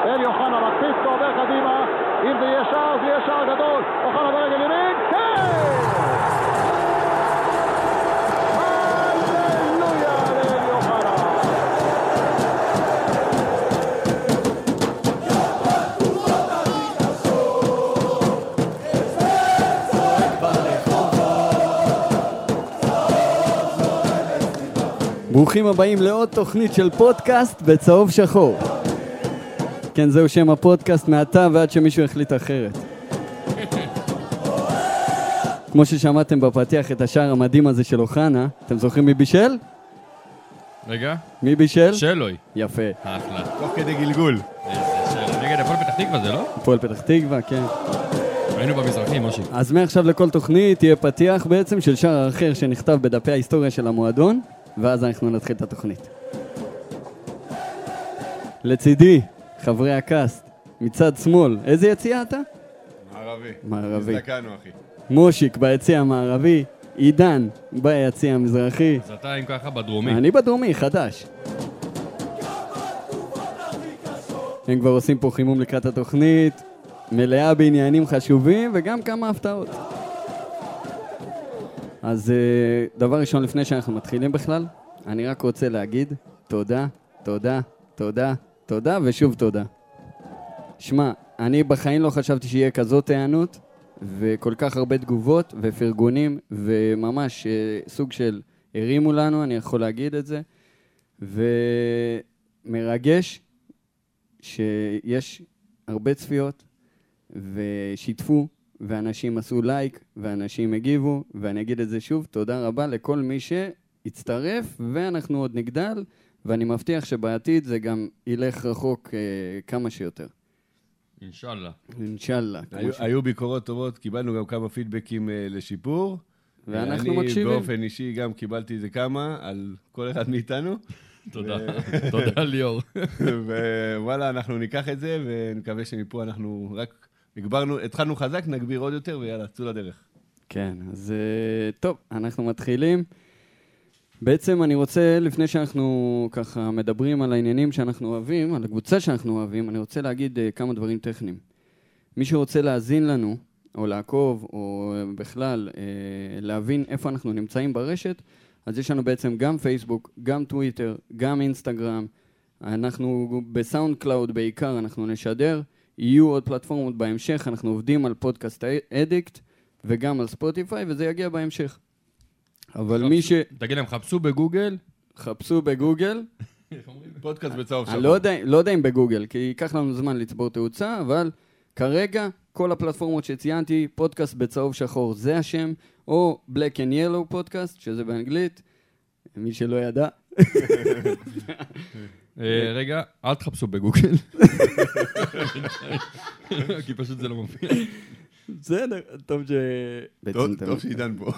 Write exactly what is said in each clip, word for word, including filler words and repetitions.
אלי אוחנה מקפיץ ועובר קדימה, אם זה יהיה שער, זה יהיה שער גדול, אוחנה ברגל ימין, כן! הללויה לאלי אוחנה. ברוכים הבאים לעוד תוכנית של פודקאסט בצהוב שחור. כן, זהו שם הפודקאסט מעתה ועד שמישהו החליט אחרת. כמו ששמעתם בפתיח את השער המדהים הזה של אוחנה, אתם זוכרים מי בישל? רגע. מי בישל? שלוי. יפה. אחלה. תוך כדי גלגול. איזה שלוי. נגד הפועל פתח תקווה זה, לא? הפועל פתח תקווה, כן. היינו במזרחים, מושי. אז מעכשיו לכל תוכנית תהיה פתיח בעצם של שער אחר שנכתב בדפי ההיסטוריה של המועדון, ואז אנחנו נתחיל את התוכנית. לצידי, חברי הקאסט, מצד שמאל, איזה יציאה אתה? מערבי. מערבי. הזדקנו, אחי. מושיק ביציע המערבי, עידן ביציע המזרחי. אז אתה עם ככה בדרומי. אני בדרומי, חדש. הם כבר עושים פה חימום לקראת התוכנית, מלאה בעניינים חשובים וגם כמה הפתעות. אז דבר ראשון לפני שאנחנו מתחילים בכלל, אני רק רוצה להגיד תודה, תודה, תודה, תודה ושוב תודה. שמע, אני בחיים לא חשבתי שיהיה כזאת הענות, וכל כך הרבה תגובות ופרגונים, וממש סוג של הרימו לנו, אני יכול להגיד את זה, ומרגש שיש הרבה צפיות, ושיתפו, ואנשים עשו לייק, ואנשים הגיבו, ואני אגיד את זה שוב, תודה רבה לכל מי שהצטרף, ואנחנו עוד נגדל, ואני מבטיח שבעתיד זה גם ילך רחוק אה, כמה שיותר. אינשאללה. אינשאללה. היו, היו ביקורות טובות, קיבלנו גם כמה פידבקים אה, לשיפור. ואנחנו אני מקשיבים. אני באופן אישי גם קיבלתי איזה כמה על כל אחד מאיתנו. תודה. תודה ליאור. ווואלה, אנחנו ניקח את זה, ונקווה שמפה אנחנו רק נגברנו, התחלנו חזק, נגביר עוד יותר, ויאללה, צאו לדרך. כן, אז טוב, אנחנו מתחילים. בעצם אני רוצה, לפני שאנחנו ככה מדברים על העניינים שאנחנו אוהבים, על הקבוצה שאנחנו אוהבים, אני רוצה להגיד כמה דברים טכניים. מי שרוצה להאזין לנו, או לעקוב, או בכלל להבין איפה אנחנו נמצאים ברשת, אז יש לנו בעצם גם פייסבוק, גם טוויטר, גם אינסטגרם. אנחנו בסאונד קלאוד בעיקר, אנחנו נשדר. יהיו עוד פלטפורמות בהמשך, אנחנו עובדים על פודקאסט אדיקט, וגם על ספוטיפיי, וזה יגיע בהמשך. אבל מי ש... תגיד להם, חפשו בגוגל. חפשו בגוגל. פודקאסט בצהוב שחור. אני לא יודע, לא יודע אם בגוגל, כי ייקח לנו זמן לצבור תאוצה, אבל כרגע כל הפלטפורמות שציינתי, פודקאסט בצהוב שחור, זה השם, או Black and Yellow פודקאסט, שזה באנגלית, מי שלא ידע. רגע, אל תחפשו בגוגל. כי פשוט זה לא מופיע. בסדר, טוב ש... טוב שעידן פה.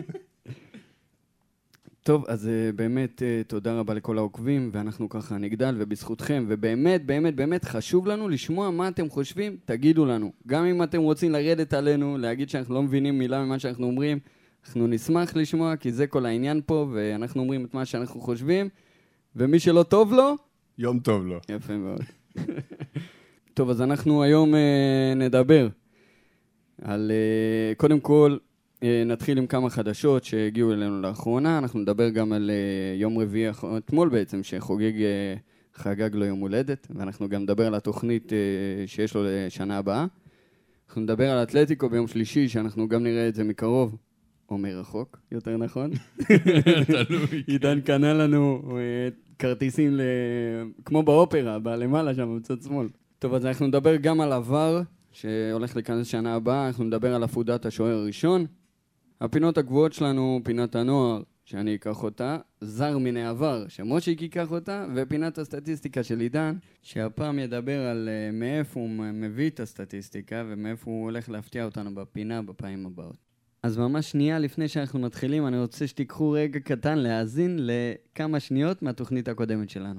טוב, אז באמת תודה רבה לכל העוקבים, ואנחנו ככה נגדל, ובזכותכם, ובאמת, באמת, באמת חשוב לנו לשמוע מה אתם חושבים, תגידו לנו. גם אם אתם רוצים לרדת עלינו, להגיד שאנחנו לא מבינים מילה ממה שאנחנו אומרים, אנחנו נשמח לשמוע, כי זה כל העניין פה, ואנחנו אומרים את מה שאנחנו חושבים, ומי שלא טוב לו... יום טוב לו. יפה מאוד. טוב, אז אנחנו היום uh, נדבר על, uh, קודם כל, uh, נתחיל עם כמה חדשות שהגיעו אלינו לאחרונה, אנחנו נדבר גם על uh, יום רביעי, אתמול בעצם, שחוגג, uh, חגג לו יום הולדת, ואנחנו גם נדבר על התוכנית uh, שיש לו לשנה הבאה. אנחנו נדבר על אתלטיקו ביום שלישי, שאנחנו גם נראה את זה מקרוב, או מרחוק, יותר נכון. תלוי. עידן קנה לנו uh, כרטיסים ל... כמו באופרה, בלמעלה שם, בצד שמאל. טוב, אז אנחנו נדבר גם על עבר, שהולך להיכנס שנה הבאה, אנחנו נדבר על הפודת השוער הראשון. הפינות הגבוהות שלנו, פינת הנוער, שאני אקח אותה, זר מן העבר, שמושיק ייקח אותה, ופינת הסטטיסטיקה של עידן, שהפעם ידבר על uh, מאיפה הוא מביא את הסטטיסטיקה, ומאיפה הוא הולך להפתיע אותנו בפינה בפעמים הבאות. אז ממש שנייה לפני שאנחנו מתחילים, אני רוצה שתיקחו רגע קטן להאזין לכמה שניות מהתוכנית הקודמת שלנו.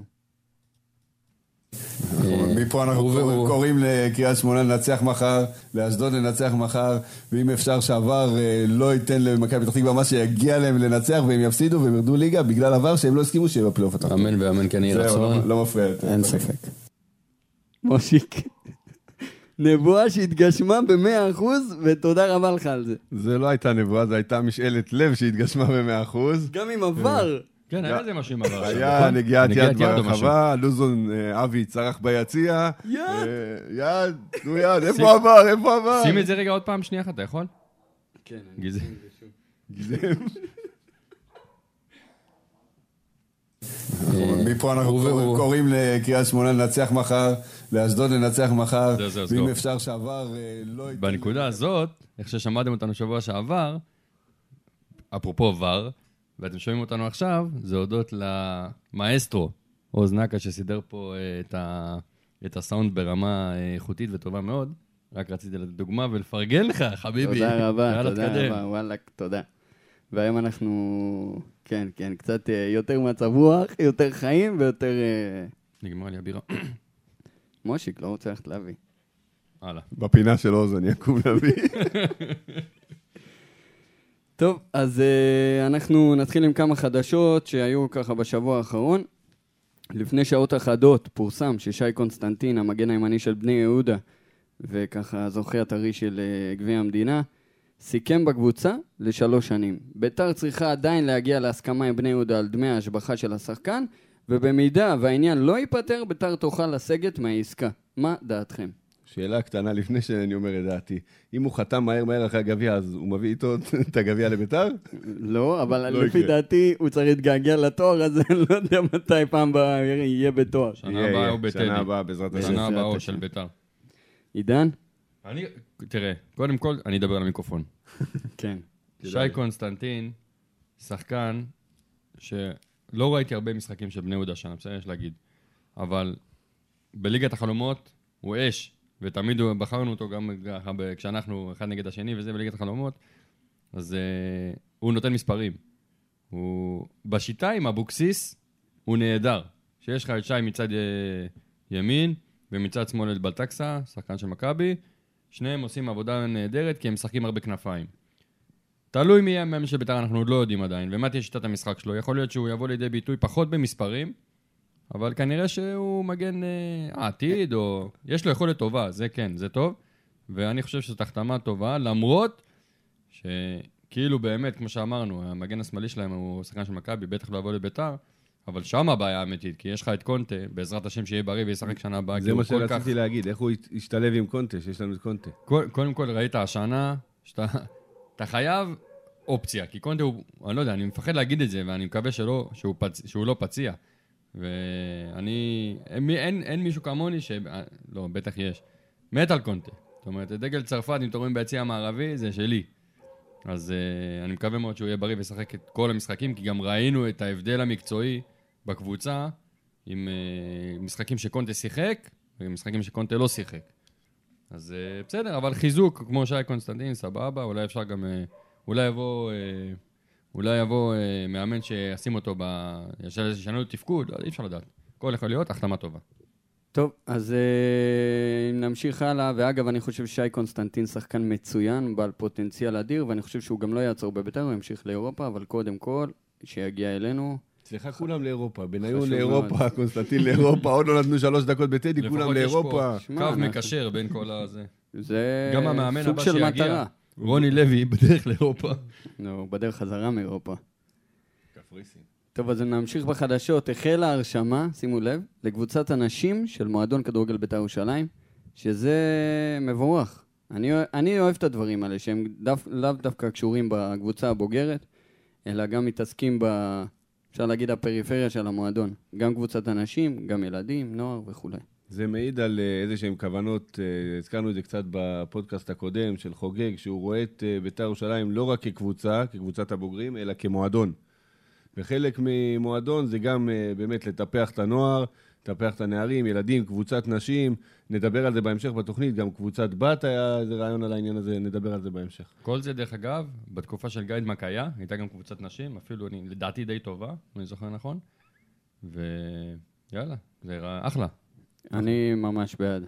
מפה אנחנו קוראים לקריית שמונה לנצח מחר, לאשדוד לנצח מחר, ואם אפשר שעבר לא ייתן למכבי פתח תקווה מה שיגיע להם לנצח, והם יפסידו והם ירדו ליגה בגלל עבר שהם לא הסכימו שיהיה בפלייאוף התחתון. אמן ואמן, כן יהיה רצון. לא מפריע. אין ספק. מושיק. נבואה שהתגשמה ב-מאה אחוז, ותודה רבה לך על זה. זה לא הייתה נבואה, זו הייתה משאלת לב שהתגשמה ב-מאה אחוז. גם עם עבר. כן, היה איזה משהו עם עבר. היה נגיעת יד ברחבה, לוזון אבי צרח ביציע. יד! יד, נו יד, איפה עבר, איפה עבר? שים את זה רגע עוד פעם, שנייה אחת, אתה יכול? כן. גזם. גזם. מפה אנחנו קוראים לקריית שמונה לנצח מחר, לאשדוד לנצח מחר, ואם אפשר שעבר לא... בנקודה הזאת, איך ששמעתם אותנו שבוע שעבר, אפרופו עבר, ואתם שומעים אותנו עכשיו, זה הודות למאסטרו, עוז נקה, שסידר פה את, ה... את הסאונד ברמה איכותית וטובה מאוד. רק רציתי לתת דוגמה ולפרגן לך, חביבי. תודה רבה, תודה רבה, וואלק, תודה. והיום אנחנו, כן, כן, קצת יותר מצב רוח, יותר חיים ויותר... נגמר לי הבירה. מושיק, לא רוצה ללכת להביא. הלאה. בפינה של עוז אני אקום להביא. טוב, אז uh, אנחנו נתחיל עם כמה חדשות שהיו ככה בשבוע האחרון. לפני שעות אחדות פורסם ששי קונסטנטין, המגן הימני של בני יהודה, וככה זוכה הטרי של uh, גביע המדינה, סיכם בקבוצה לשלוש שנים. ביתר צריכה עדיין להגיע להסכמה עם בני יהודה על דמי ההשבחה של השחקן, ובמידה והעניין לא ייפטר, ביתר תוכל לסגת מהעסקה. מה דעתכם? שאלה קטנה לפני שאני אומר את דעתי. אם הוא חתם מהר מהר אחרי הגביע, אז הוא מביא איתו את הגביע לביתר? לא, אבל לפי דעתי הוא צריך להתגעגע לתואר הזה, לא יודע מתי פעם יהיה בתואר. שנה הבאה הוא בטדי. שנה הבאה בעזרת השם. שנה הבאה הוא של ביתר. עידן? אני, תראה, קודם כל, אני אדבר על המיקרופון. כן. שי קונסטנטין, שחקן שלא ראיתי הרבה משחקים של בני יהודה שנה, בסדר, יש להגיד. אבל בליגת החלומות הוא אש, ותמיד בחרנו אותו גם כשאנחנו אחד נגד השני, וזה בליגת החלומות, אז uh, הוא נותן מספרים. הוא, בשיטה עם אבוקסיס, הוא נהדר. שיש לך את שי מצד ימין, ומצד שמאל את בלטקסה, שחקן של מכבי, שניהם עושים עבודה נהדרת, כי הם משחקים הרבה כנפיים. תלוי מי המאמן של ביתר, אנחנו עוד לא יודעים עדיין, ומה תהיה שיטת המשחק שלו. יכול להיות שהוא יבוא לידי ביטוי פחות במספרים, אבל כנראה שהוא מגן אה, עתיד, או... יש לו יכולת טובה, זה כן, זה טוב. ואני חושב שזו החתמה טובה, למרות שכאילו באמת, כמו שאמרנו, המגן השמאלי שלהם הוא שחקן של מכבי, בטח לא יבוא לביתר, אבל שם הבעיה האמיתית, כי יש לך את קונטה, בעזרת השם שיהיה בריא וישחק שנה הבאה. זה מה שרציתי להגיד, איך הוא ישתלב עם קונטה, שיש לנו את קונטה. קודם כל, ראית השנה, שאתה אתה חייב אופציה, כי קונטה הוא, אני לא יודע, אני מפחד להגיד את זה, ואני מקווה שלא, שהוא, פצ, שהוא לא פציע. ואני, אין, אין, אין מישהו כמוני ש... לא, בטח יש. מת על קונטה. זאת אומרת, דגל צרפת, אם אתם רואים ביציע המערבי, זה שלי. אז uh, אני מקווה מאוד שהוא יהיה בריא וישחק את כל המשחקים, כי גם ראינו את ההבדל המקצועי בקבוצה, עם uh, משחקים שקונטה שיחק, ומשחקים שקונטה לא שיחק. אז uh, בסדר, אבל חיזוק, כמו שי קונסטנטין, סבבה, אולי אפשר גם, uh, אולי יבוא, uh, אולי יבוא uh, מאמן שישים אותו, ב... ישנו תפקוד, אי אפשר לדעת. כל יכול להיות, החתמה טובה. טוב, אז uh, נמשיך הלאה, ואגב, אני חושב ששי קונסטנטין שחקן מצוין, בעל פוטנציאל אדיר, ואני חושב שהוא גם לא יעצור בביתר, הוא ימשיך לאירופה, אבל קודם כל, שיגיע אלינו. סליחה, כולם לאירופה, בניון לאירופה, קונסטנטין לאירופה, עוד לא נתנו שלוש דקות בטדי, כולם לאירופה. קו מקשר בין כל הזה. זה גם המאמן סוג הבא של שיגיע, מטרה. רוני לוי, בדרך לאירופה. נו, בדרך חזרה מאירופה. קפריסין. טוב, אז נמשיך בחדשות. החלה ההרשמה, שימו לב, לקבוצת הנשים של מועדון כדורגל בית"ר ירושלים, שזה מבורך. אני, אני אוהב את הדברים האלה, שהם דף, לאו דווקא קשורים בקבוצה הבוגרת, אלא גם מתעסקים ב... אפשר להגיד הפריפריה של המועדון. גם קבוצת הנשים, גם ילדים, נוער וכו'. זה מעיד על איזה שהם כוונות, הזכרנו את זה קצת בפודקאסט הקודם של חוגג, שהוא רואה את בית"ר ירושלים לא רק כקבוצה, כקבוצת הבוגרים, אלא כמועדון. וחלק ממועדון זה גם באמת לטפח את הנוער, לטפח את הנערים, ילדים, קבוצת נשים, נדבר על זה בהמשך בתוכנית, גם קבוצת בת היה איזה רעיון על העניין הזה, נדבר על זה בהמשך. כל זה דרך אגב, בתקופה של גייד מקיה, הייתה גם קבוצת נשים, אפילו אני, לדעתי די טובה, אני זוכר נכון, ויאללה, זה אחלה. אני ממש בעד.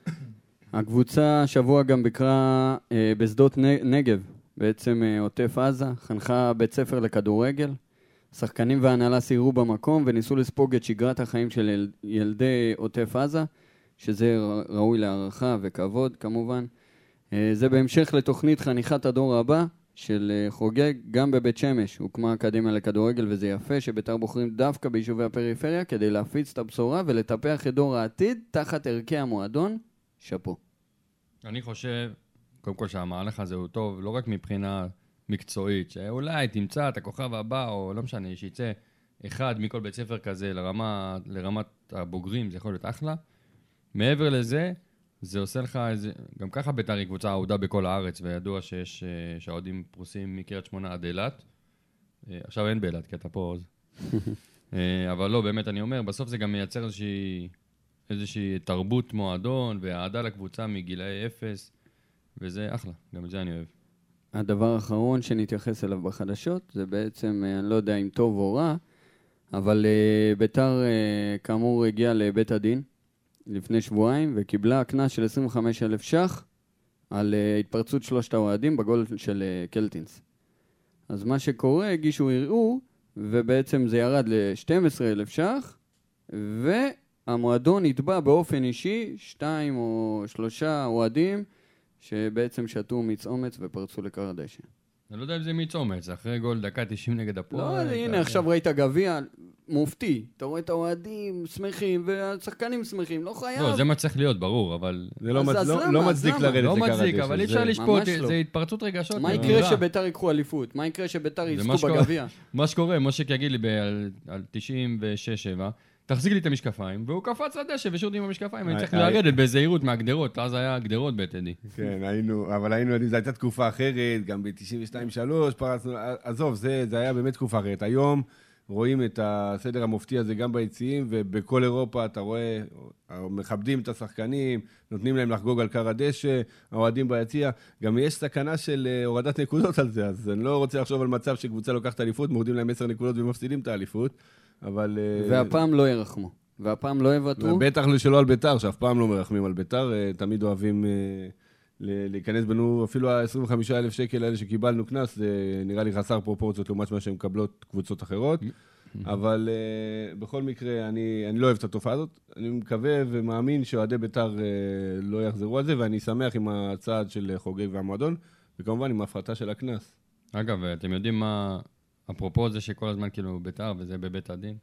הקבוצה השבוע גם בקרה אה, בשדות נגב, בעצם אה, עוטף עזה, חנכה בית ספר לכדורגל, שחקנים והנהלה סיירו במקום וניסו לספוג את שגרת החיים של ילדי עוטף עזה, שזה ראוי להערכה וכבוד כמובן. זה בהמשך לתוכנית חניכת הדור הבא של חוגג, גם בבית שמש הוקמה אקדמיה לכדורגל, וזה יפה שבית"ר בוחרים דווקא ביישובי הפריפריה כדי להפיץ את הבשורה ולטפח את דור העתיד תחת ערכי המועדון. שפו. אני חושב, קודם כל שהמהלך הזה הוא טוב, לא רק מבחינה מקצועית, שאולי תמצא את הכוכב הבא, או לא משנה, שיצא אחד מכל בית ספר כזה לרמה, לרמת הבוגרים, זה יכול להיות אחלה. מעבר לזה, זה עושה לך איזה, גם ככה בית"ר היא קבוצה אהודה בכל הארץ, וידוע שיש, שהאוהדים פרוסים מקריית שמונה עד אילת. עכשיו אין באילת, כי אתה פה עוז. אבל לא, באמת אני אומר, בסוף זה גם מייצר איזושהי, איזושהי תרבות מועדון, והעדה לקבוצה מגילאי אפס, וזה אחלה, גם את זה אני אוהב. הדבר האחרון שנתייחס אליו בחדשות, זה בעצם, אני לא יודע אם טוב או רע, אבל בית"ר כאמור הגיע לבית הדין, לפני שבועיים, וקיבלה קנס של עשרים וחמישה אלף ש"ח על uh, התפרצות שלושת האוהדים בגול של uh, קלטינס. אז מה שקורה, הגישו ערעור, ובעצם זה ירד ל-שנים עשר אלף ש"ח, והמועדון התבע באופן אישי שתיים או שלושה אוהדים, שבעצם שתו מצומץ ופרצו לקר הדשא. אני לא יודע אם זה מצומץ, אחרי גול דקה תשעים נגד הפועל. לא, הנה, עכשיו ראית גביע מופתי. אתה רואה את האוהדים שמחים, והשחקנים שמחים, לא חייב. לא, זה מה צריך להיות, ברור, אבל... זה לא מצדיק לרדת לא לקר הדשא. מצדיק, אבל אי אפשר לשפוט, זה התפרצות רגשות. מה יקרה שבית"ר יקחו אליפות? מה יקרה שבית"ר יזכו בגביע? מה שקורה, מושיק יגיד לי על תשעים ושש שבע, תחזיק לי את המשקפיים, והוא קפץ לדשא ושוט עם המשקפיים, אני צריך לרדת בזהירות מהגדרות, אז היה גדרות בטדי. כן, היינו, אבל היינו, זו הייתה תקופה אחרת, גם ב-תשעים ושתיים שלוש פרצנו, עזוב, זה היה באמת תקופה אחרת. היום רואים את הסדר המופתי הזה גם ביציעים, ובכל אירופה אתה רואה, מכבדים את השחקנים, נותנים להם לחגוג על קר הדשא, האוהדים ביציע, גם יש סכנה של הורדת נקודות על זה, אז אני לא רוצה לחשוב על מצב שקבוצה לוקחת אליפות, מורידים להם עשר נקודות ומפסידים את האליפות. אבל... והפעם לא ירחמו, והפעם לא יוותרו. בטח שלא על בית"ר, שאף פעם לא מרחמים על בית"ר, תמיד אוהבים להיכנס בנו, אפילו ה-עשרים וחמישה אלף שקל האלה שקיבלנו קנס, זה נראה לי חסר פרופורציות לעומת מה שהן מקבלות קבוצות אחרות, אבל בכל מקרה, אני לא אוהב את התופעה הזאת, אני מקווה ומאמין שאוהדי בית"ר לא יחזרו על זה, ואני שמח עם הצעד של חוגג והמועדון, וכמובן עם ההפחתה של הקנס. אגב, אתם יודעים מה... אפרופו זה שכל הזמן כאילו בית"ר, וזה בבית הדין.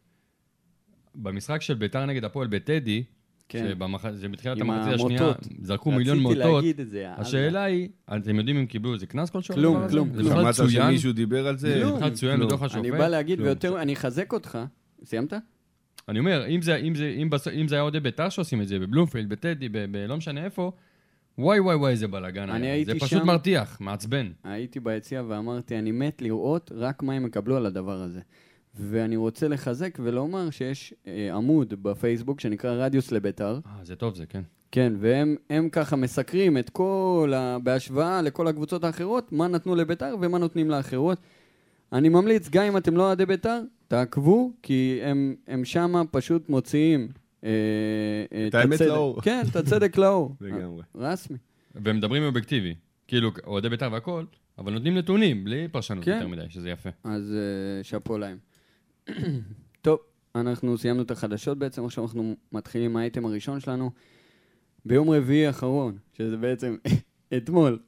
במשחק של בית"ר נגד הפועל בטדי, זה בתחילת המחצית השנייה, זרקו מיליון מוטות. השאלה היא, אתם יודעים אם קיבלו איזה קנס כלשהו? כלום, כלום. שמעת שמישהו דיבר על זה? זה בכלל צוין בדוח השופט. אני בא להגיד, ויותר, אני אחזק אותך. סיימת? אני אומר, אם זה היה עוד בית"ר שעושים את זה, בבלומפילד, בטדי, בלא משנה איפה, וואי וואי וואי, זה בלגן היה. זה פשוט מרתיח, מעצבן. הייתי ביציע ואמרתי, אני מת לראות רק מה הם יקבלו על הדבר הזה. ואני רוצה לחזק ולומר שיש אה, עמוד בפייסבוק שנקרא רדיוס לבית"ר. אה, זה טוב זה, כן. כן, והם הם ככה מסקרים את כל, ה... בהשוואה לכל הקבוצות האחרות, מה נתנו לבית"ר ומה נותנים לאחרות. אני ממליץ, גם אם אתם לא עדי בית"ר, תעקבו, כי הם, הם שמה פשוט מוציאים... את האמת לאור. כן, את הצדק לאור. לגמרי. רסמי. והם מדברים אובייקטיבי. כאילו, אוהדי בית"ר והכל, אבל נותנים נתונים, בלי פרשנות יותר מדי, שזה יפה. אז שפו להם. טוב, אנחנו סיימנו את החדשות בעצם, עכשיו אנחנו מתחילים האייטם הראשון שלנו. ביום רביעי האחרון, שזה בעצם אתמול,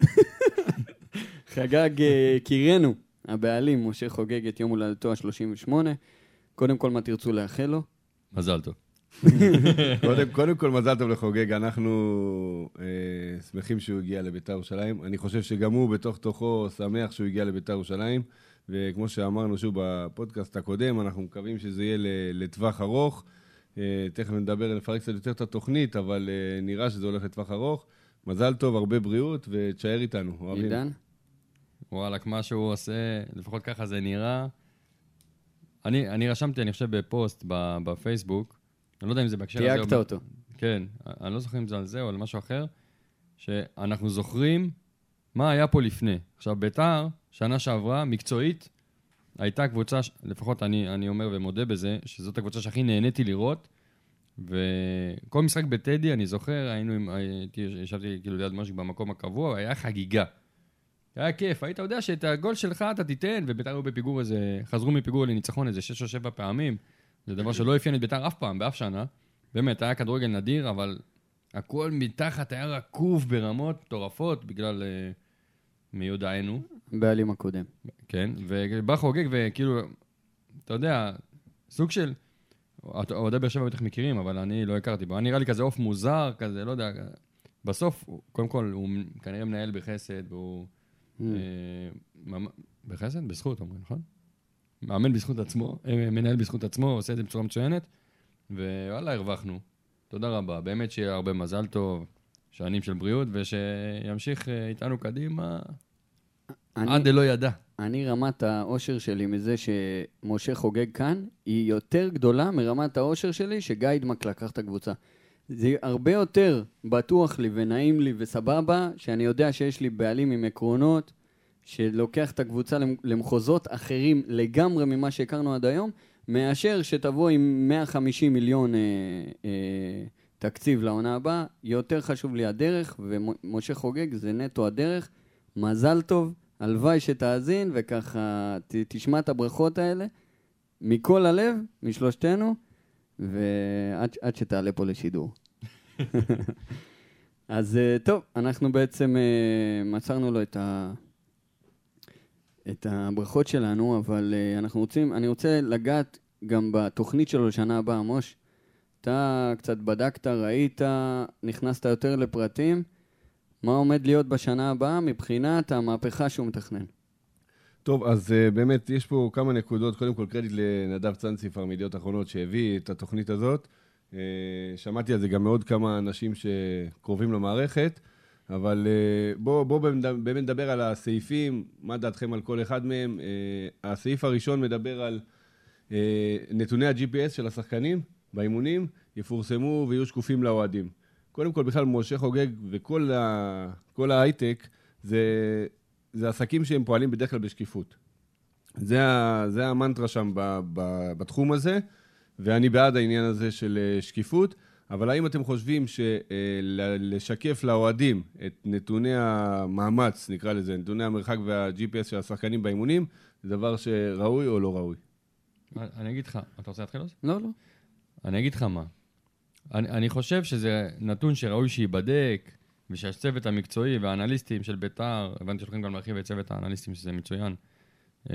חגג קירנו, הבעלים, משה חוגג את יום הולדתו ה-שלושים ושמונה. קודם כל, מה תרצו לאחל לו? מזל טוב. קודם, קודם כל מזל טוב לחוגג, אנחנו אה, שמחים שהוא הגיע לבית"ר ירושלים. אני חושב שגם הוא בתוך תוכו שמח שהוא הגיע לבית"ר ירושלים, וכמו שאמרנו שוב בפודקאסט הקודם, אנחנו מקווים שזה יהיה לטווח ארוך. אה, תכף נדבר, נפרק קצת יותר את התוכנית, אבל אה, נראה שזה הולך לטווח ארוך. מזל טוב, הרבה בריאות, ותשאר איתנו. אוהבים. עידן? וואלק, מה שהוא עושה, לפחות ככה זה נראה. אני, אני רשמתי, אני חושב, בפוסט בפייסבוק, אני לא יודע אם זה בהקשר הזה. תייגת אותו. כן, אני לא זוכר אם זה על זה או על משהו אחר, שאנחנו זוכרים מה היה פה לפני. עכשיו, בית"ר, שנה שעברה, מקצועית, הייתה קבוצה, לפחות אני, אני אומר ומודה בזה, שזאת הקבוצה שהכי נהניתי לראות, וכל משחק בטדי, אני זוכר, היינו עם, הייתי, ישבתי כאילו ליד משהו במקום הקבוע, היה חגיגה. היה כיף, היית יודע שאת הגול שלך אתה תיתן, ובית"ר היו בפיגור איזה, חזרו מפיגור לניצחון איזה שש או שבע פעמים, זה דבר שלא אפיין את בית"ר אף פעם, באף שנה. באמת, היה כדורגל נדיר, אבל הכל מתחת היה רקוב ברמות מטורפות, בגלל uh, מיודענו. בעלים הקודם. כן, ובא חוגג, וכאילו, אתה יודע, סוג של, אוהדי באר שבע בטח מכירים, אבל אני לא הכרתי בו. נראה לי כזה אוף מוזר, כזה, לא יודע. בסוף, קודם כל, הוא כנראה מנהל בחסד, והוא... Mm. אה, בחסד? בזכות, אומרים, נכון? מאמן בזכות עצמו, מנהל בזכות עצמו, עושה את זה בצורה מצוינת, ווואלה, הרווחנו. תודה רבה. באמת שיהיה הרבה מזל טוב, שנים של בריאות, ושימשיך איתנו קדימה, אני, עד לא ידע. אני רמת האושר שלי מזה שמשה חוגג כאן, היא יותר גדולה מרמת האושר שלי שגיידמק לקח את הקבוצה. זה הרבה יותר בטוח לי ונעים לי וסבבה, שאני יודע שיש לי בעלים עם עקרונות, שלוקח את הקבוצה למחוזות אחרים לגמרי ממה שהכרנו עד היום, מאשר שתבוא עם מאה וחמישים מיליון אה, אה, תקציב לעונה הבאה. יותר חשוב לי הדרך, ומשה חוגג זה נטו הדרך. מזל טוב, הלוואי שתאזין, וככה ת, תשמע את הברכות האלה, מכל הלב, משלושתנו, ועד עד שתעלה פה לשידור. אז טוב, אנחנו בעצם מצרנו לו את ה... את הברכות שלנו, אבל אנחנו רוצים, אני רוצה לגעת גם בתוכנית שלו לשנה הבאה, מוש. אתה קצת בדקת, ראית, נכנסת יותר לפרטים. מה עומד להיות בשנה הבאה מבחינת המהפכה שהוא מתכנן? טוב, אז uh, באמת יש פה כמה נקודות. קודם כל קרדיט לנדב צנציפר מידיעות אחרונות שהביא את התוכנית הזאת. Uh, שמעתי על זה גם מאוד כמה אנשים שקרובים למערכת, אבל uh, בואו בוא באמת נדבר על הסעיפים, מה דעתכם על כל אחד מהם. Uh, הסעיף הראשון מדבר על uh, נתוני ה-ג'י פי אס של השחקנים באימונים, יפורסמו ויהיו שקופים לאוהדים. קודם כל, בכלל, משה חוגג וכל ה... כל ההייטק, זה, זה עסקים שהם פועלים בדרך כלל בשקיפות. זה, ה... זה המנטרה שם ב... ב... בתחום הזה, ואני בעד העניין הזה של שקיפות, אבל האם אתם חושבים שלשקף לאוהדים את נתוני המאמץ, נקרא לזה, נתוני המרחק וה-ג'י פי אס של השחקנים באימונים, זה דבר שראוי או לא ראוי? אני אגיד לך, אתה רוצה להתחיל? לא, לא. אני אגיד לך מה. אני, אני חושב שזה נתון שראוי שיבדק, ושהצוות המקצועי והאנליסטים של ביתר, הבנתי שהולכים גם להרחיב את צוות האנליסטים שזה מצוין, אה,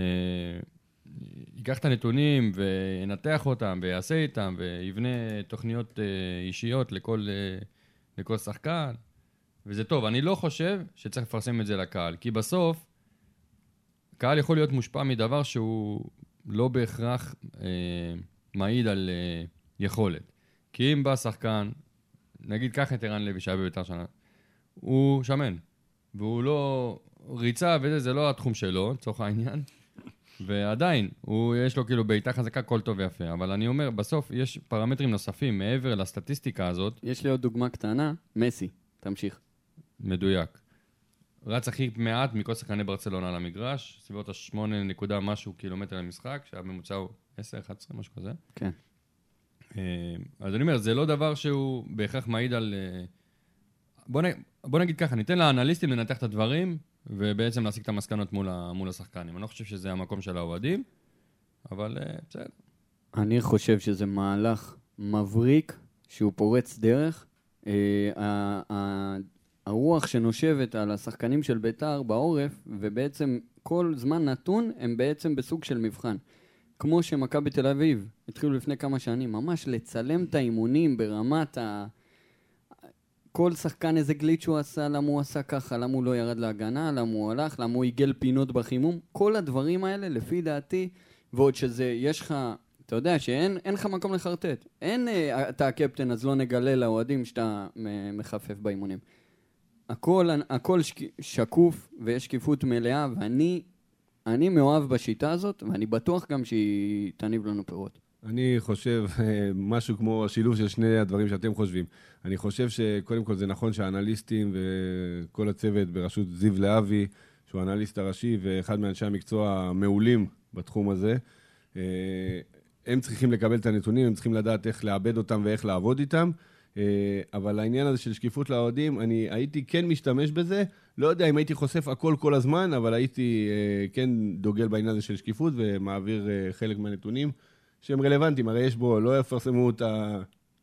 ייקח את הנתונים וינתח אותם ויעשה איתם, ויבנה תוכניות אה, אישיות לכל, אה, לכל שחקן, וזה טוב. אני לא חושב שצריך לפרסם את זה לקהל, כי בסוף, קהל יכול להיות מושפע מדבר שהוא לא בהכרח אה, מעיד על אה, יכולת. כי אם בא שחקן, נגיד קח את ערן לוי שהיה בביתר שנה, הוא שמן, והוא לא ריצה וזה, זה לא התחום שלו, לצורך העניין, ועדיין, הוא, יש לו כאילו בעיטה חזקה, כל טוב ויפה, אבל אני אומר, בסוף יש פרמטרים נוספים מעבר לסטטיסטיקה הזאת. יש לי עוד דוגמה קטנה, מסי, תמשיך. מדויק. רץ הכי מעט מכל שחקני ברצלונה למגרש, סביבות השמונה נקודה משהו קילומטר למשחק, שהממוצע הוא עשר, אחת עשרה, משהו כזה. כן. אז אני אומר, זה לא דבר שהוא בהכרח מעיד על... בוא, נ... בוא נגיד ככה, ניתן לאנליסטים לנתח את הדברים, ובעצם להשיג את המסקנות מול, ה... מול השחקנים. אני לא חושב שזה המקום של האוהדים, אבל בסדר. אני חושב שזה מהלך מבריק, שהוא פורץ דרך. הרוח שנושבת על השחקנים של ביתר בעורף, ובעצם כל זמן נתון הם בעצם בסוג של מבחן. כמו שמכבי תל אביב התחילו לפני כמה שנים, ממש לצלם את האימונים ברמת ה... כל שחקן איזה גליץ' שהוא עשה, למה הוא עשה ככה, למה הוא לא ירד להגנה, למה הוא הלך, למה הוא עיגל פינות בחימום. כל הדברים האלה, לפי דעתי, ועוד שזה, יש לך, אתה יודע שאין אין לך מקום לחרטט. אין, אתה הקפטן, אז לא נגלה לאוהדים שאתה מחפף באימונים. הכל, הכל שקוף ויש שקיפות מלאה, ואני... אני מאוהב בשיטה הזאת, ואני בטוח גם שהיא תניב לנו פירות. אני חושב משהו כמו השילוב של שני הדברים שאתם חושבים. אני חושב שקודם כל זה נכון שהאנליסטים וכל הצוות בראשות זיו להבי, שהוא האנליסט הראשי ואחד מאנשי המקצוע המעולים בתחום הזה, הם צריכים לקבל את הנתונים, הם צריכים לדעת איך לעבד אותם ואיך לעבוד איתם, אבל העניין הזה של שקיפות לאוהדים, אני הייתי כן משתמש בזה, לא יודע אם הייתי חושף הכל כל הזמן, אבל הייתי כן דוגל בעניין הזה של שקיפות ומעביר חלק מהנתונים שהם רלוונטיים. הרי יש בו, לא יפרסמו את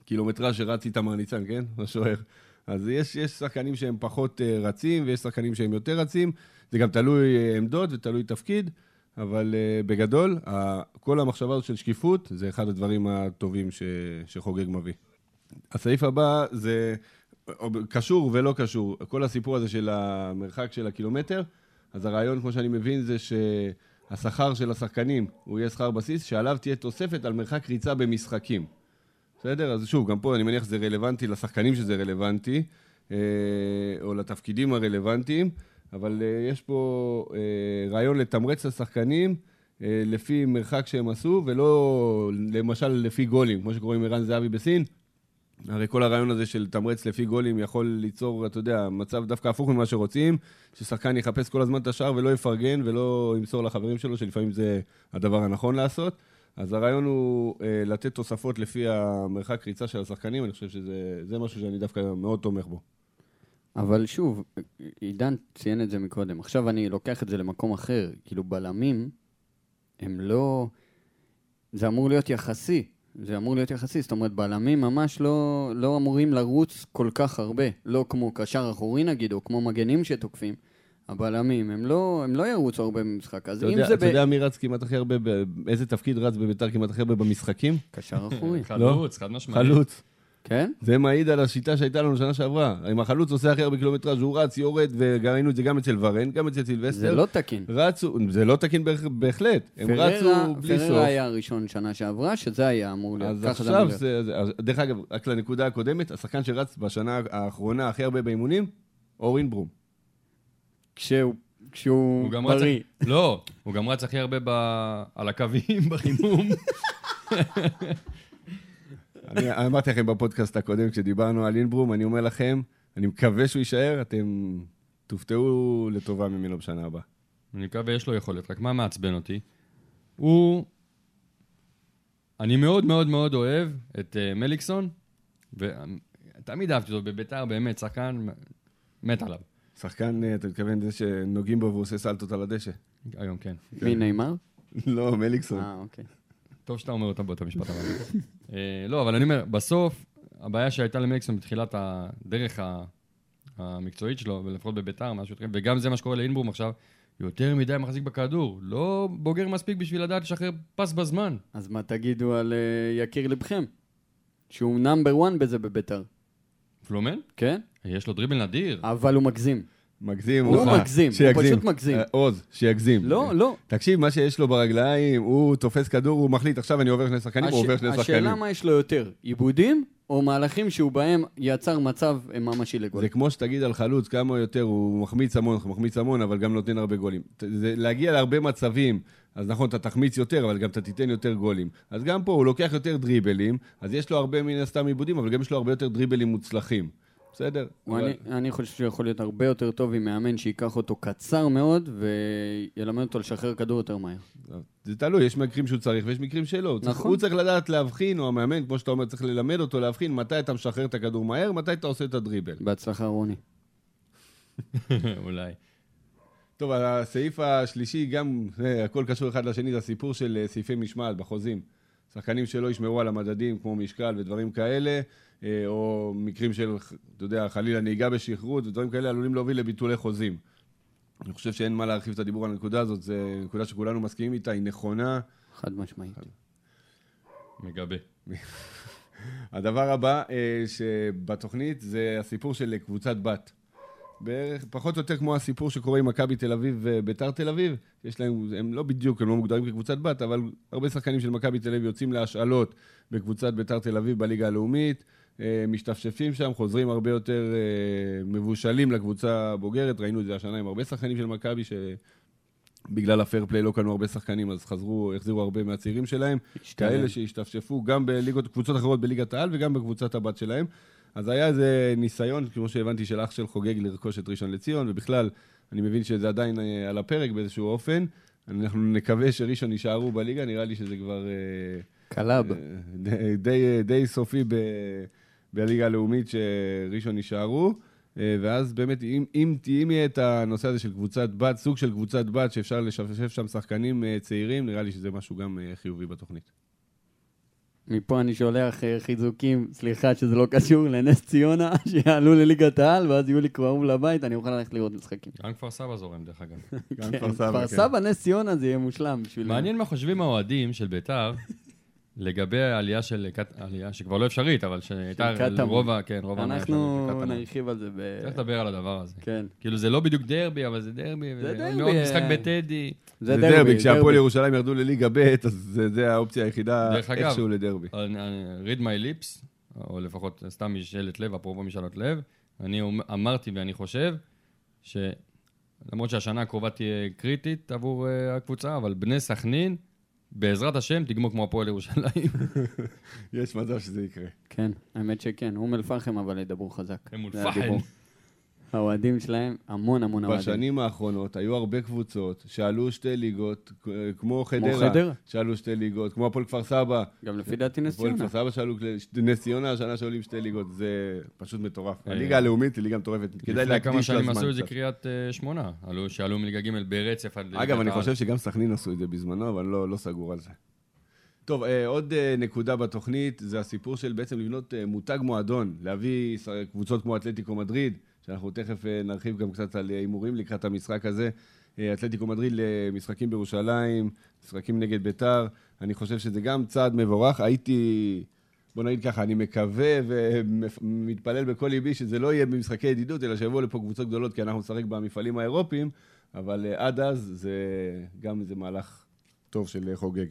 קילומטרה שרץ איתמר ניצן, כן? השוער. אז יש, יש שחקנים שהם פחות uh, רצים, ויש שחקנים שהם יותר רצים. זה גם תלוי uh, עמדות ותלוי תפקיד, אבל uh, בגדול, uh, כל המחשבה הזאת של שקיפות, זה אחד הדברים הטובים ש, שחוגג מביא. הסעיף הבא זה קשור ולא קשור. כל הסיפור הזה של המרחק של הקילומטר, אז הרעיון, כמו שאני מבין, זה שהשכר של השחקנים הוא יהיה שכר בסיס, שעליו תהיה תוספת על מרחק ריצה במשחקים. בסדר? אז שוב, גם פה אני מניח שזה רלוונטי לשחקנים שזה רלוונטי, או לתפקידים הרלוונטיים, אבל יש פה רעיון לתמרץ לשחקנים לפי מרחק שהם עשו, ולא למשל לפי גולים, כמו שקוראים ערן זהבי בסין. הרי כל הרעיון הזה של תמרץ לפי גולים יכול ליצור, אתה יודע, מצב דווקא הפוך ממה שרוצים, ששחקן יחפש כל הזמן את השער ולא יפרגן ולא ימסור לחברים שלו, שלפעמים זה הדבר הנכון לעשות. אז הרעיון הוא אה, לתת תוספות לפי המרחק ריצה של השחקנים, אני חושב שזה זה משהו שאני דווקא מאוד תומך בו. אבל שוב, עידן ציין את זה מקודם. עכשיו אני לוקח את זה למקום אחר. כאילו בלמים, הם לא... זה אמור להיות יחסי. זה אמור להיות יחסי. זאת אומרת, בלמים ממש לא, לא אמורים לרוץ כל כך הרבה. לא כמו קשר אחורי נגיד, או כמו מגנים שתוקפים. הבלמים, הם לא, הם לא ירוצו הרבה במשחק. אז אם יודע, זה אתה ב... יודע מי רץ כמעט הכי הרבה, איזה תפקיד רץ בביתר כמעט הכי הרבה במשחקים? קשר אחורי. חלוץ, חד משמעית. חלוץ. כן? זה מעיד על השיטה שהייתה לנו שנה שעברה. אם החלוץ עושה הכי הרבה קילומטראז' הוא רץ, יורד, וראינו את זה גם אצל ורן, גם אצל סילבסטר. זה לא תקין. רצו, זה לא תקין בהחלט. הם פררה, רצו בלי סוף. פררה היה הראשון שנה שעברה, שזה היה אמור להיות. אז עכשיו, זה, זה, דרך אגב, רק לנקודה הקודמת, השחקן שרץ בשנה האחרונה הכי הרבה באימונים, אורין ברום. כשהוא, כשהוא בריא. רץ, לא, הוא גם רץ הכי הרבה ב, על הקווים, בחימום. אני אמרתי לכם בפודקאסט הקודם, כשדיברנו על אינברום, אני אומר לכם, אני מקווה שהוא יישאר, אתם תופתעו לטובה ממנו בשנה הבאה. אני מקווה, יש לו יכולת, רק מה מעצבן אותי? הוא... אני מאוד מאוד מאוד אוהב את uh, מליקסון, ותמיד אהבתי אותו בביתר, באמת, שחקן מת עליו. שחקן, אתה מתכוון לזה שנוגעים בו והוא עושה סלטות על הדשא? היום כן. מי נאמר? לא, מליקסון. אה, אוקיי. טוב שאתה אומר אותה באותו משפט הבא. לא, אבל אני אומר, בסוף, הבעיה שהייתה למליקסון בתחילת הדרך המקצועית שלו, ולפחות בביתר, וגם זה מה שקורה לאינברום עכשיו, יותר מדי מחזיק בכדור. לא בוגר מספיק בשביל לדעת לשחרר פס בזמן. אז מה תגידו על יקיר לבכם? שהוא נאמבר אחד בזה בביתר. פלומן? כן? יש לו דריבל נדיר. אבל הוא מגזים. מגזים. הוא מגזים, הוא פשוט מגזים. עוז, שיגזים. לא, לא. תקשיב, מה שיש לו ברגליים, הוא תופס כדור, הוא מחליט, עכשיו אני עובר שני שחקנים, הוא עובר שני שחקנים. השאלה מה יש לו יותר, עיבודים או מהלכים שהוא בהם יצר מצב ממשי לגול? זה כמו שתגיד על חלוץ, כמה יותר, הוא מחמיץ המון, הוא מחמיץ המון, אבל גם נותן הרבה גולים. זה להגיע להרבה מצבים, אז נכון, אתה תחמיץ יותר, אבל גם אתה תיתן יותר גולים. אז גם פה הוא לוקח יותר דריבלים, אז יש לו הרבה מן הסתם עיבודים, אבל גם יש לו הרבה יותר דריבלים מוצלחים. בסדר? אני, אני חושב שהוא יכול להיות הרבה יותר טוב עם מאמן שיקח אותו קצר מאוד וילמד אותו לשחרר כדור יותר מהר. זה תלוי, יש מקרים שהוא צריך ויש מקרים שלא. נכון. הוא צריך לדעת להבחין, או המאמן, כמו שאתה אומר, צריך ללמד אותו להבחין מתי אתה משחרר את הכדור מהר, מתי אתה עושה את הדריבל. בהצלחה רוני. אולי. טוב, הסעיף השלישי, גם הכל קשור אחד לשני, זה הסיפור של סעיפי משמעת בחוזים. שחקנים שלא ישמרו על המדדים כמו משקל ודברים כאלה, או מקרים של, אתה יודע, חלילה נהיגה בשכרות ודברים כאלה עלולים להוביל לביטולי חוזים. אני חושב שאין מה להרחיב את הדיבור על הנקודה הזאת, זו נקודה שכולנו מסכימים איתה, היא נכונה. חד משמעית. מגבה. הדבר הבא שבתוכנית זה הסיפור של קבוצת בת. בערך, פחות או יותר כמו הסיפור שקורה עם מכבי תל אביב וביתר תל אביב. יש להם, הם לא בדיוק, הם לא מוגדרים כקבוצת בת, אבל הרבה שחקנים של מכבי תל אביב יוצאים להשאלות בקבוצת ביתר תל אביב בליגה הלאומית, משתפשפים שם, חוזרים הרבה יותר מבושלים לקבוצה הבוגרת. ראינו את זה השנה עם הרבה שחקנים של מכבי שבגלל הפייר פליי לא קנו הרבה שחקנים, אז חזרו, החזירו הרבה מהצעירים שלהם, כאלה שהשתפשפו גם בליגות, קבוצות אחרות בליגת העל וגם בקבוצת הבת שלהם. אז היה איזה ניסיון, כמו שהבנתי, של אח של חוגג לרכוש את ראשון לציון, ובכלל, אני מבין שזה עדיין על הפרק באיזשהו אופן. אנחנו נקווה שראשון יישארו בליגה, נראה לי שזה כבר... קלאב. די, די, די סופי ב, בליגה הלאומית שראשון יישארו, ואז באמת, אם, אם, אם יהיה את הנושא הזה של קבוצת בת, סוג של קבוצת בת, שאפשר לשפשף שם שחקנים צעירים, נראה לי שזה משהו גם חיובי בתוכנית. מפה אני שולח אה, חיזוקים, סליחה שזה לא קשור, לנס ציונה, שיעלו לליגת העל, ואז יהיו לי קרוב לבית, אני אוכל ללכת לראות משחקים. גם כפר סבא זורם, דרך אגב. גם כן, כפר סבא, כפר כן. סבא, נס ציונה, זה יהיה מושלם בשביל... מעניין מה חושבים האוהדים של ביתר, לגבי העלייה של... קט- עלייה שכבר לא אפשרית, אבל שהייתה קטמון. רוב ה... כן, רוב העונה אנחנו שלנו בקטמון. נרחיב על זה ב... צריך לדבר על הדבר הזה. כן. כאילו זה לא בדיוק דרבי, אבל זה דרבי. זה וזה דרבי, מאוד משחק אה. בטדי. זה דרבי, כשהפועל ירושלים ירדו לליגה ב', אז זה- זה האופציה היחידה דרך אגב, איכשהו לדרבי. אני- אני- read my lips, או לפחות סתם משאלת לב, אפרופו משאלות לב, אני אומר- אמרתי ואני חושב, שלמרות שהשנה הקרובה תהיה קריטית עבור אה, הקבוצה, אבל בני סכנין, בעזרת השם, תגמור כמו הפועל ירושלים. יש מצב שזה יקרה. כן, האמת שכן. אום אל-פחם אבל ידברו חזק. אום זה אל-פחם. הדיבור. האוהדים שלהם, המון המון אוהדים. בשנים האחרונות היו הרבה קבוצות שעלו שתי ליגות, כ- כמו חדרה? חדרה, שעלו שתי ליגות, כמו הפועל כפר סבא. גם לפי דעתי נס הפועל ציונה. כפר סבא שעלו, נס ציונה השנה שעולים שתי ליגות, זה פשוט מטורף. אה. הליגה הלאומית היא ליגה מטורפת, כדאי לפני כמה להקדיש לה שנים זמן עשו את זה קצת. קריית אה, שמונה, עלו- שעלו מליגה ג' ברצף עד... אגב, ליגת אני העל. חושב שגם סכנין עשו את זה בזמנו, אבל לא לא סגור על זה. טוב, אה, עוד אה, נקודה בתוכנית, זה הסיפור של בעצם לבנות אה, מותג מועדון, להביא ס- קבוצות כמו אתלטיקו מדריד, שאנחנו תכף אה, נרחיב גם קצת על אה, הימורים לקראת המשחק הזה. אה, אתלטיקו מדריד למשחקים בירושלים, משחקים נגד ביתר, אני חושב שזה גם צעד מבורך. הייתי, בוא נגיד ככה, אני מקווה ומתפלל בכל ליבי שזה לא יהיה במשחקי ידידות, אלא שיבואו לפה קבוצות גדולות, כי אנחנו נשחק במפעלים האירופיים, אבל אה, עד אז זה גם איזה מהלך טוב של אה, חוגג.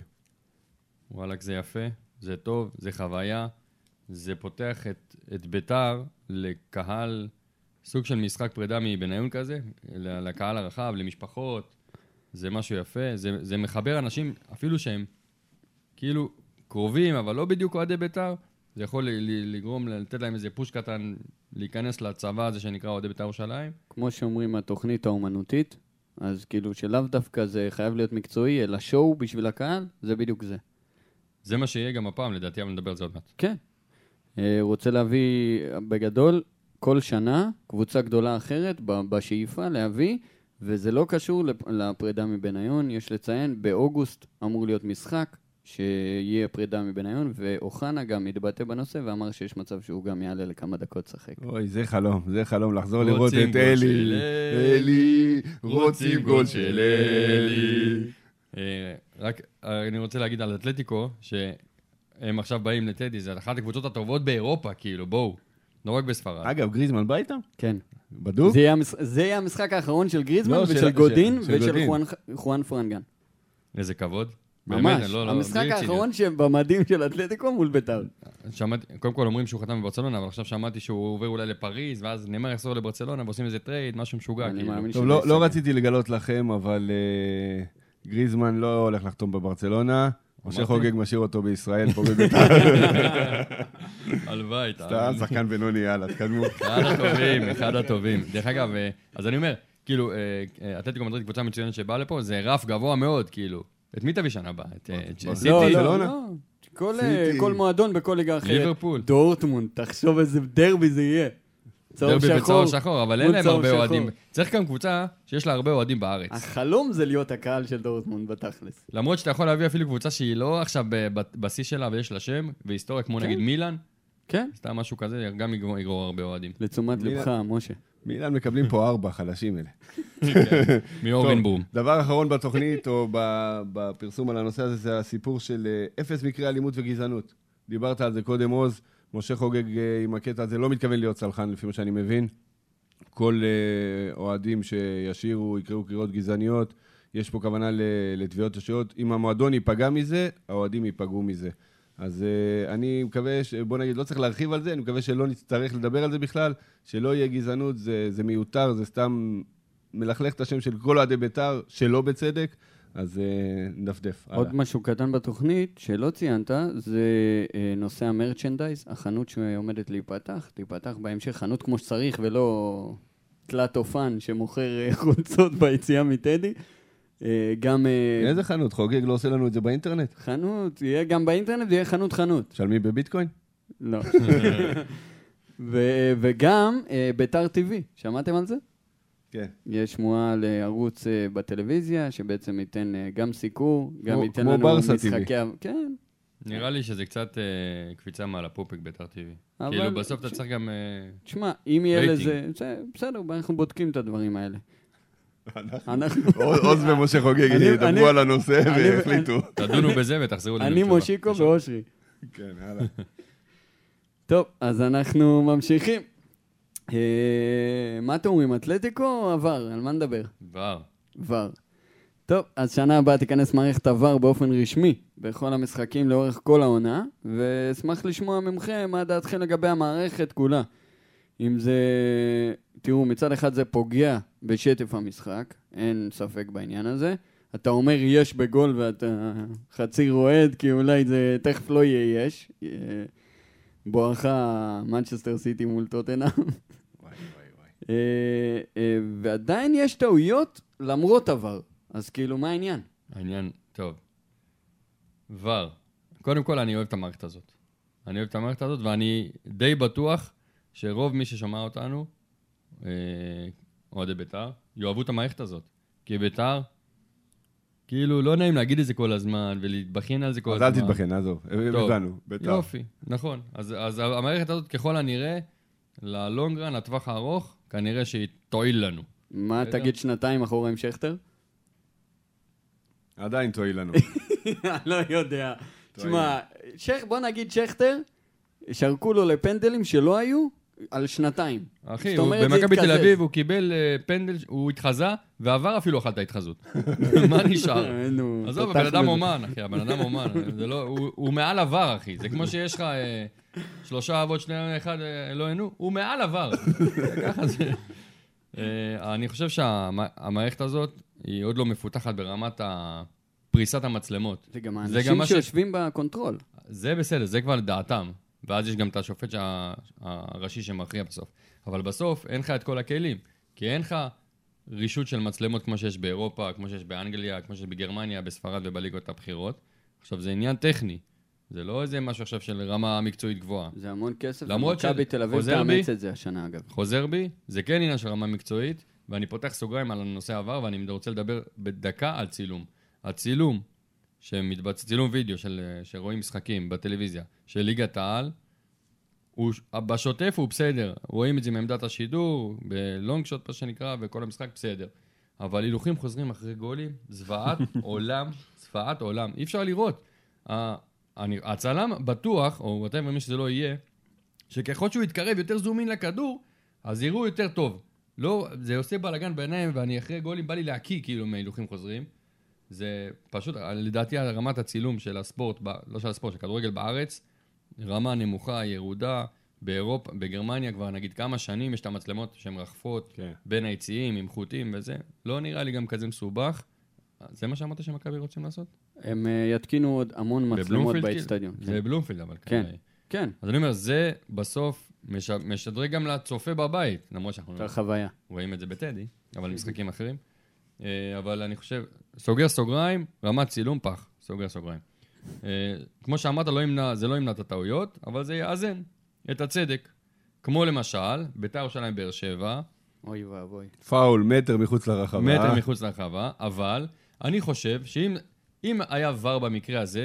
וואלק, זה יפה, זה טוב, זה חוויה, זה פותח את, את ביתר לקהל, סוג של משחק פרידה מבניון כזה, ל- לקהל הרחב, למשפחות, זה משהו יפה, זה, זה מחבר אנשים, אפילו שהם כאילו קרובים, אבל לא בדיוק אוהדי ביתר, זה יכול ל- ל- לגרום, לתת להם איזה פוש קטן, להיכנס לצבא הזה שנקרא אוהדי ביתר ירושלים. כמו שאומרים, התוכנית האומנותית, אז כאילו שלאו דווקא זה חייב להיות מקצועי, אלא שואו בשביל הקהל, זה בדיוק זה. זה מה שיהיה גם הפעם, לדעתי, אבל נדבר על זה עוד מעט. כן. אה, רוצה להביא בגדול כל שנה קבוצה גדולה אחרת ב- בשאיפה להביא, וזה לא קשור לפ- לפרידה מבניון. יש לציין, באוגוסט אמור להיות משחק שיהיה פרידה מבניון, ואוחנה גם התבטא בנושא ואמר שיש מצב שהוא גם יעלה לכמה דקות שחק. אוי, זה חלום, זה חלום לחזור לראות רוצים את גול אלי. של אלי, רוצים גול של אלי. אה, רק אה, אני רוצה להגיד על אתלטיקו, שהם עכשיו באים לטדי, זה אחת הקבוצות הטובות באירופה, כאילו, בואו. לא רק בספרד. אגב, גריזמן בא איתם? כן. בדוק? זה יהיה, המש... זה יהיה המשחק האחרון של גריזמן לא, ושל של- גודין של- של ושל גודין. חואן, חואן פרנגן. איזה כבוד. ממש. באמת, לא, לא, המשחק בלי רציניות. האחרון שבמדים של אתלטיקו מול ביתר. שמעתי, קודם כל אומרים שהוא חתם בברצלונה, אבל עכשיו שמעתי שהוא עובר אולי לפריז, ואז נאמר יחזור לברצלונה, ועושים איזה טרייד, משהו משוגע, אני כאילו. מאמין טוב, שזה לא- לא ייסגר. רציתי לגלות לכם, אבל אה, גריזמן לא הולך לחתום בברצלונה. משה אמרתי. חוגג משאיר אותו בישראל, פה בביתר. הלוואי, סתם, שחקן בינוני, יאללה, תקדמו. אחד הטובים, אחד הטובים. דרך אגב, אה, אז אני אומר, כאילו, אה, אה, אתלטיקו מדריד, קבוצה מצוינת שבאה לפה, זה רף גבוה מאוד, כאילו. את מי תביא שנה הבאה? את אה, את לא, סיטי? לא, לא, ברצלונה? לא. כל, סיטי. כל מועדון בכל ליגה אחרת. ליברפול. דורטמונד, תחשוב איזה דרבי זה יהיה. צהוב דרבי בצהוב שחור. שחור, אבל אין מול להם צהוב הרבה שחור. אוהדים. צריך גם קבוצה שיש לה הרבה אוהדים בארץ. החלום זה להיות הקהל של דורטמונד בתכלס. למרות שאתה יכול להביא אפילו קבוצה שהיא לא עכשיו ב- ב- בשיא שלה ויש לה שם, והיסטוריה כמו כן. נגיד מילאן, כן, סתם משהו כזה, גם יגרור יגרור הרבה אוהדים. לתשומת מילה. לבך, משה. מילאן מקבלים פה ארבע, חלשים אלה. מאורנבום. דבר אחרון בתוכנית, או ב- בפרסום על הנושא הזה, זה הסיפור של אה, אפס מקרי אלימות וגזענות. דיברת על זה קודם, עוז. משה חוגג אה, עם הקטע הזה, לא מתכוון להיות צלחן, לפי מה שאני מבין. כל אה, אוהדים שישירו, יקראו קריאות גזעניות, יש פה כוונה ל- לתביעות ישרות. אם המועדון ייפגע מזה, האוהדים ייפגעו מזה. אז uh, אני מקווה, ש... בוא נגיד, לא צריך להרחיב על זה, אני מקווה שלא נצטרך לדבר על זה בכלל, שלא יהיה גזענות, זה, זה מיותר, זה סתם מלכלך את השם של כל אוהדי ביתר, שלא בצדק, אז uh, נדפדף. עוד הלאה. משהו קטן בתוכנית שלא ציינת, זה אה, נושא המרצ'נדייז, החנות שעומדת להיפתח, תיפתח בהמשך חנות כמו שצריך ולא תלת אופן שמוכר אה, חולצות ביציאה מטדי. אה, גם אה, איזה חנות? חוגג לא עושה לנו את זה באינטרנט? חנות, יהיה גם באינטרנט ויהיה חנות חנות. שלמי בביטקוין? לא. ו- וגם אה, ביתר טיווי, שמעתם על זה? כן. יש שמועה לערוץ uh, בטלוויזיה, שבעצם ייתן uh, גם סיקור, גם כמו- ייתן כמו לנו ברסה משחקי... כן, נראה לי שזה קצת אה, קפיצה מעל הפופק ביתר טבעי. אבל- כאילו בסוף אתה צריך גם... אה, תשמע, אם יהיה רייטינג. לזה... זה בסדר, אנחנו בודקים את הדברים האלה. אנחנו... עוז ומשה חוגג אני- ידברו אני- על הנושא אני- והחליטו. תדונו בזה ותחזרו לנו. אני עם תשובה. מושיקו ואושרי. כן, הלאה. טוב, אז אנחנו ממשיכים. אה, מה אתם אומרים, אתלטיקו או עבר? על מה נדבר? כבר. עבר. טוב, אז שנה הבאה תיכנס מערכת עבר באופן רשמי בכל המשחקים לאורך כל העונה, ואשמח לשמוע ממכם מה דעתכם לגבי המערכת כולה. אם זה, תראו, מצד אחד זה פוגע בשטף המשחק, אין ספק בעניין הזה. אתה אומר יש בגול ואתה חצי רועד, כי אולי זה תכף לא יהיה יש. אה, בואכה מנצ'סטר סיטי מול טוטנהאם. וואי, וואי, וואי. אה, אה, ועדיין יש טעויות למרות עבר. אז כאילו, מה העניין? העניין, טוב. כבר. קודם כל, אני אוהב את המערכת הזאת. אני אוהב את המערכת הזאת, ואני די בטוח שרוב מי ששומע אותנו, אה, אוהדי ביתר, יאהבו את המערכת הזאת. כי ביתר, כאילו, לא נעים להגיד את זה כל הזמן, ולהתבחין על זה כל אז הזמן. אל תתבחן, עזוב. הבנו, ביתר. יופי, נכון. אז, אז המערכת הזאת, ככל הנראה, ללונגרן, לטווח הארוך, כנראה שהיא תועיל לנו. מה בסדר. תגיד שנתיים אחורה עם שכטר? עדיין תועיל לנו. לא יודע. תשמע, שכ- בוא נגיד שכטר, שרקו לו לפנדלים שלא היו על שנתיים. אחי, זאת הוא- אומרת, זה במכבי תל התקזז. אביב הוא קיבל אה, פנדל, הוא התחזה, ועבר אפילו אכל את ההתחזות. מה נשאר? נו, עזוב, תותח הבן אדם בזה. אומן, אחי, הבן אדם אומן. זה לא, הוא, הוא מעל עבר, אחי. זה כמו שיש לך אה, שלושה אבות, שני אחד, אה, לא ענו, הוא מעל עבר. ככה זה. אה, אני חושב שהמערכת הזאת היא עוד לא מפותחת ברמת ה- פריסת המצלמות. זה גם זה גם האנשים מה ש- שיושבים בקונטרול. זה בסדר, זה כבר לדעתם. ואז יש גם את השופט שה- הראשי שמכריע בסוף. אבל בסוף אין לך את כל הכלים. כי אין לך רישות של מצלמות כמו שיש באירופה, כמו שיש באנגליה, כמו שיש בגרמניה, בספרד ובליגות הבכירות. עכשיו, זה עניין טכני. זה לא איזה משהו עכשיו של רמה מקצועית גבוהה. זה המון כסף. למרות ומכבי של- תל אביב חוזר בי- תאמץ את זה השנה, אגב. חוזר בי, זה כן עניין של רמה מקצועית, ואני פותח סוגריים על הנושא העבר, ואני רוצה לדבר בדקה על צילום. הצילום שמתבצע, צילום וידאו של, שרואים משחקים בטלוויזיה, של ליגת העל, הוא, בשוטף הוא בסדר. רואים את זה מעמדת השידור, בלונג שוט מה שנקרא, וכל המשחק בסדר. אבל הילוכים חוזרים אחרי גולים, זוועת עולם, זוועת עולם. אי אפשר לראות. ה- אני- הצלם בטוח, או whatever מי שזה לא יהיה, שככל שהוא יתקרב יותר זומין לכדור, אז יראו יותר טוב. לא, זה עושה בלגן בעיניים, ואני אחרי גולים בא לי להקיא כאילו מהילוכים חוזרים. זה פשוט, לדעתי רמת הצילום של הספורט, ב- לא של הספורט, של כדורגל בארץ, רמה נמוכה, ירודה. באירופה, בגרמניה כבר נגיד כמה שנים יש את המצלמות שהן רחפות כן. בין היציעים, עם חוטים וזה. לא נראה לי גם כזה מסובך. זה מה שאמרת שמכבי רוצים לעשות? הם אה, יתקינו עוד המון מצלמות בבלומפילד, באצטדיון. כאילו? זה בלומפילד אבל. כן. כנראה. כן, אז אני אומר, זה בסוף מש- משדרג גם לצופה בבית, למרות שאנחנו יותר חוויה. רואים את זה בטדי, אבל משחקים אחרים. אה, אבל אני חושב, סוגר סוגריים, רמת צילום פח, סוגר סוגריים. אה, כמו שאמרת, לא ימנע, זה לא ימנע את הטעויות, אבל זה יאזן את הצדק. כמו למשל, בית"ר ירושלים באר שבע, אוי ואבוי. פאול, מטר מחוץ לרחבה. מטר מחוץ לרחבה, אבל אני חושב שאם אם היה ור במקרה הזה,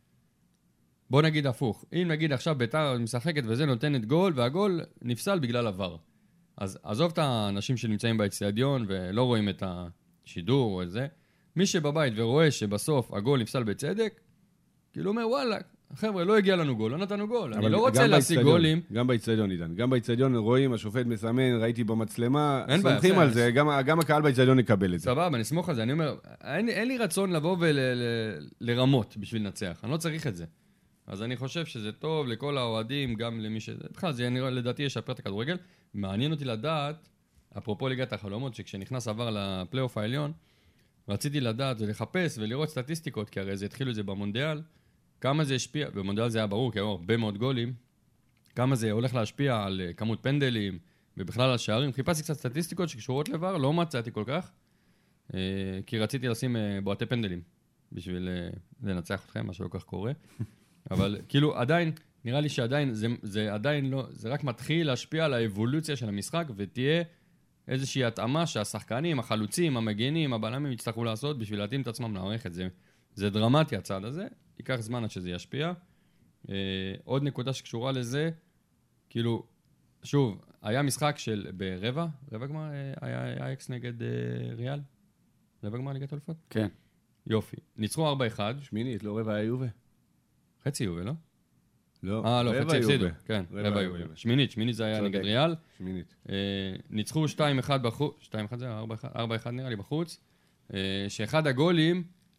בוא נגיד הפוך. אם נגיד עכשיו בית"ר משחקת וזה נותנת גול, והגול נפסל בגלל הוור. אז עזוב את האנשים שנמצאים באצטדיון ולא רואים את השידור או את זה. מי שבבית ורואה שבסוף הגול נפסל בצדק, כאילו אומר וואלה, חבר'ה, לא הגיע לנו גול, לא נתנו גול. אני אבל לא רוצה גם להשיג באצטדיון, גולים. גם באצטדיון, עידן. גם באצטדיון רואים, השופט מסמן, ראיתי במצלמה, אין בעיה, סומכים בסדר. על זה, גם, גם הקהל באצטדיון יקבל את זה. סבבה, אני אסמוך על זה. אני אומר, אין, אין לי רצון לבוא ולרמות בשביל לנצח. אני לא צריך את זה. אז אני חושב שזה טוב לכל האוהדים, גם למי ש... בכלל, זה נראה, לדעתי ישפר את הכדורגל. מעניין אותי לדעת, אפרופו ליגת החלומות, שכשנכנס עבר לפלייאוף העליון, רציתי לדעת ולחפש ולראות סטטיסטיקות, כי הרי זה התחילו את זה במונדיאל, כמה זה השפיע, במונדיאל זה היה ברור, כי היו הרבה מאוד גולים, כמה זה הולך להשפיע על uh, כמות פנדלים, ובכלל על שערים. חיפשתי קצת סטטיסטיקות שקשורות לבר, לא מצאתי כל כך, uh, כי רציתי לשים uh, בועטי פנדלים, בשביל uh, לנצח אתכם, מה שלא כך קורה. אבל כאילו עדיין, נראה לי שעדיין, זה, זה עדיין לא, זה רק מתחיל להשפיע על האבולוציה של המשחק, ותהיה איזושהי התאמה שהשחקנים, החלוצים, המגנים, הבלמים יצטרכו לעשות בשביל להתאים את עצמם למערכת. זה, זה דרמטי הצעד הזה, ייקח זמן עד שזה ישפיע. עוד נקודה שקשורה לזה, כאילו, שוב, היה משחק של ברבע, רבע גמר, היה אייקס נגד ריאל? רבע גמר ליגת האלופות? כן. יופי. ניצחו ארבע אחד. שמינית, לא רבע היה יובה. חצי יובה, לא? לא, אה, לא, חצי הפסידו. כן, רבע רבע יובה. יובה. שמינית, שמינית זה היה נגד ריאל. שמינית. ניצחו שתיים אחד בחוץ, שתיים אחד זה היה, ארבע אחד נראה לי בחוץ. שאחד הגולים,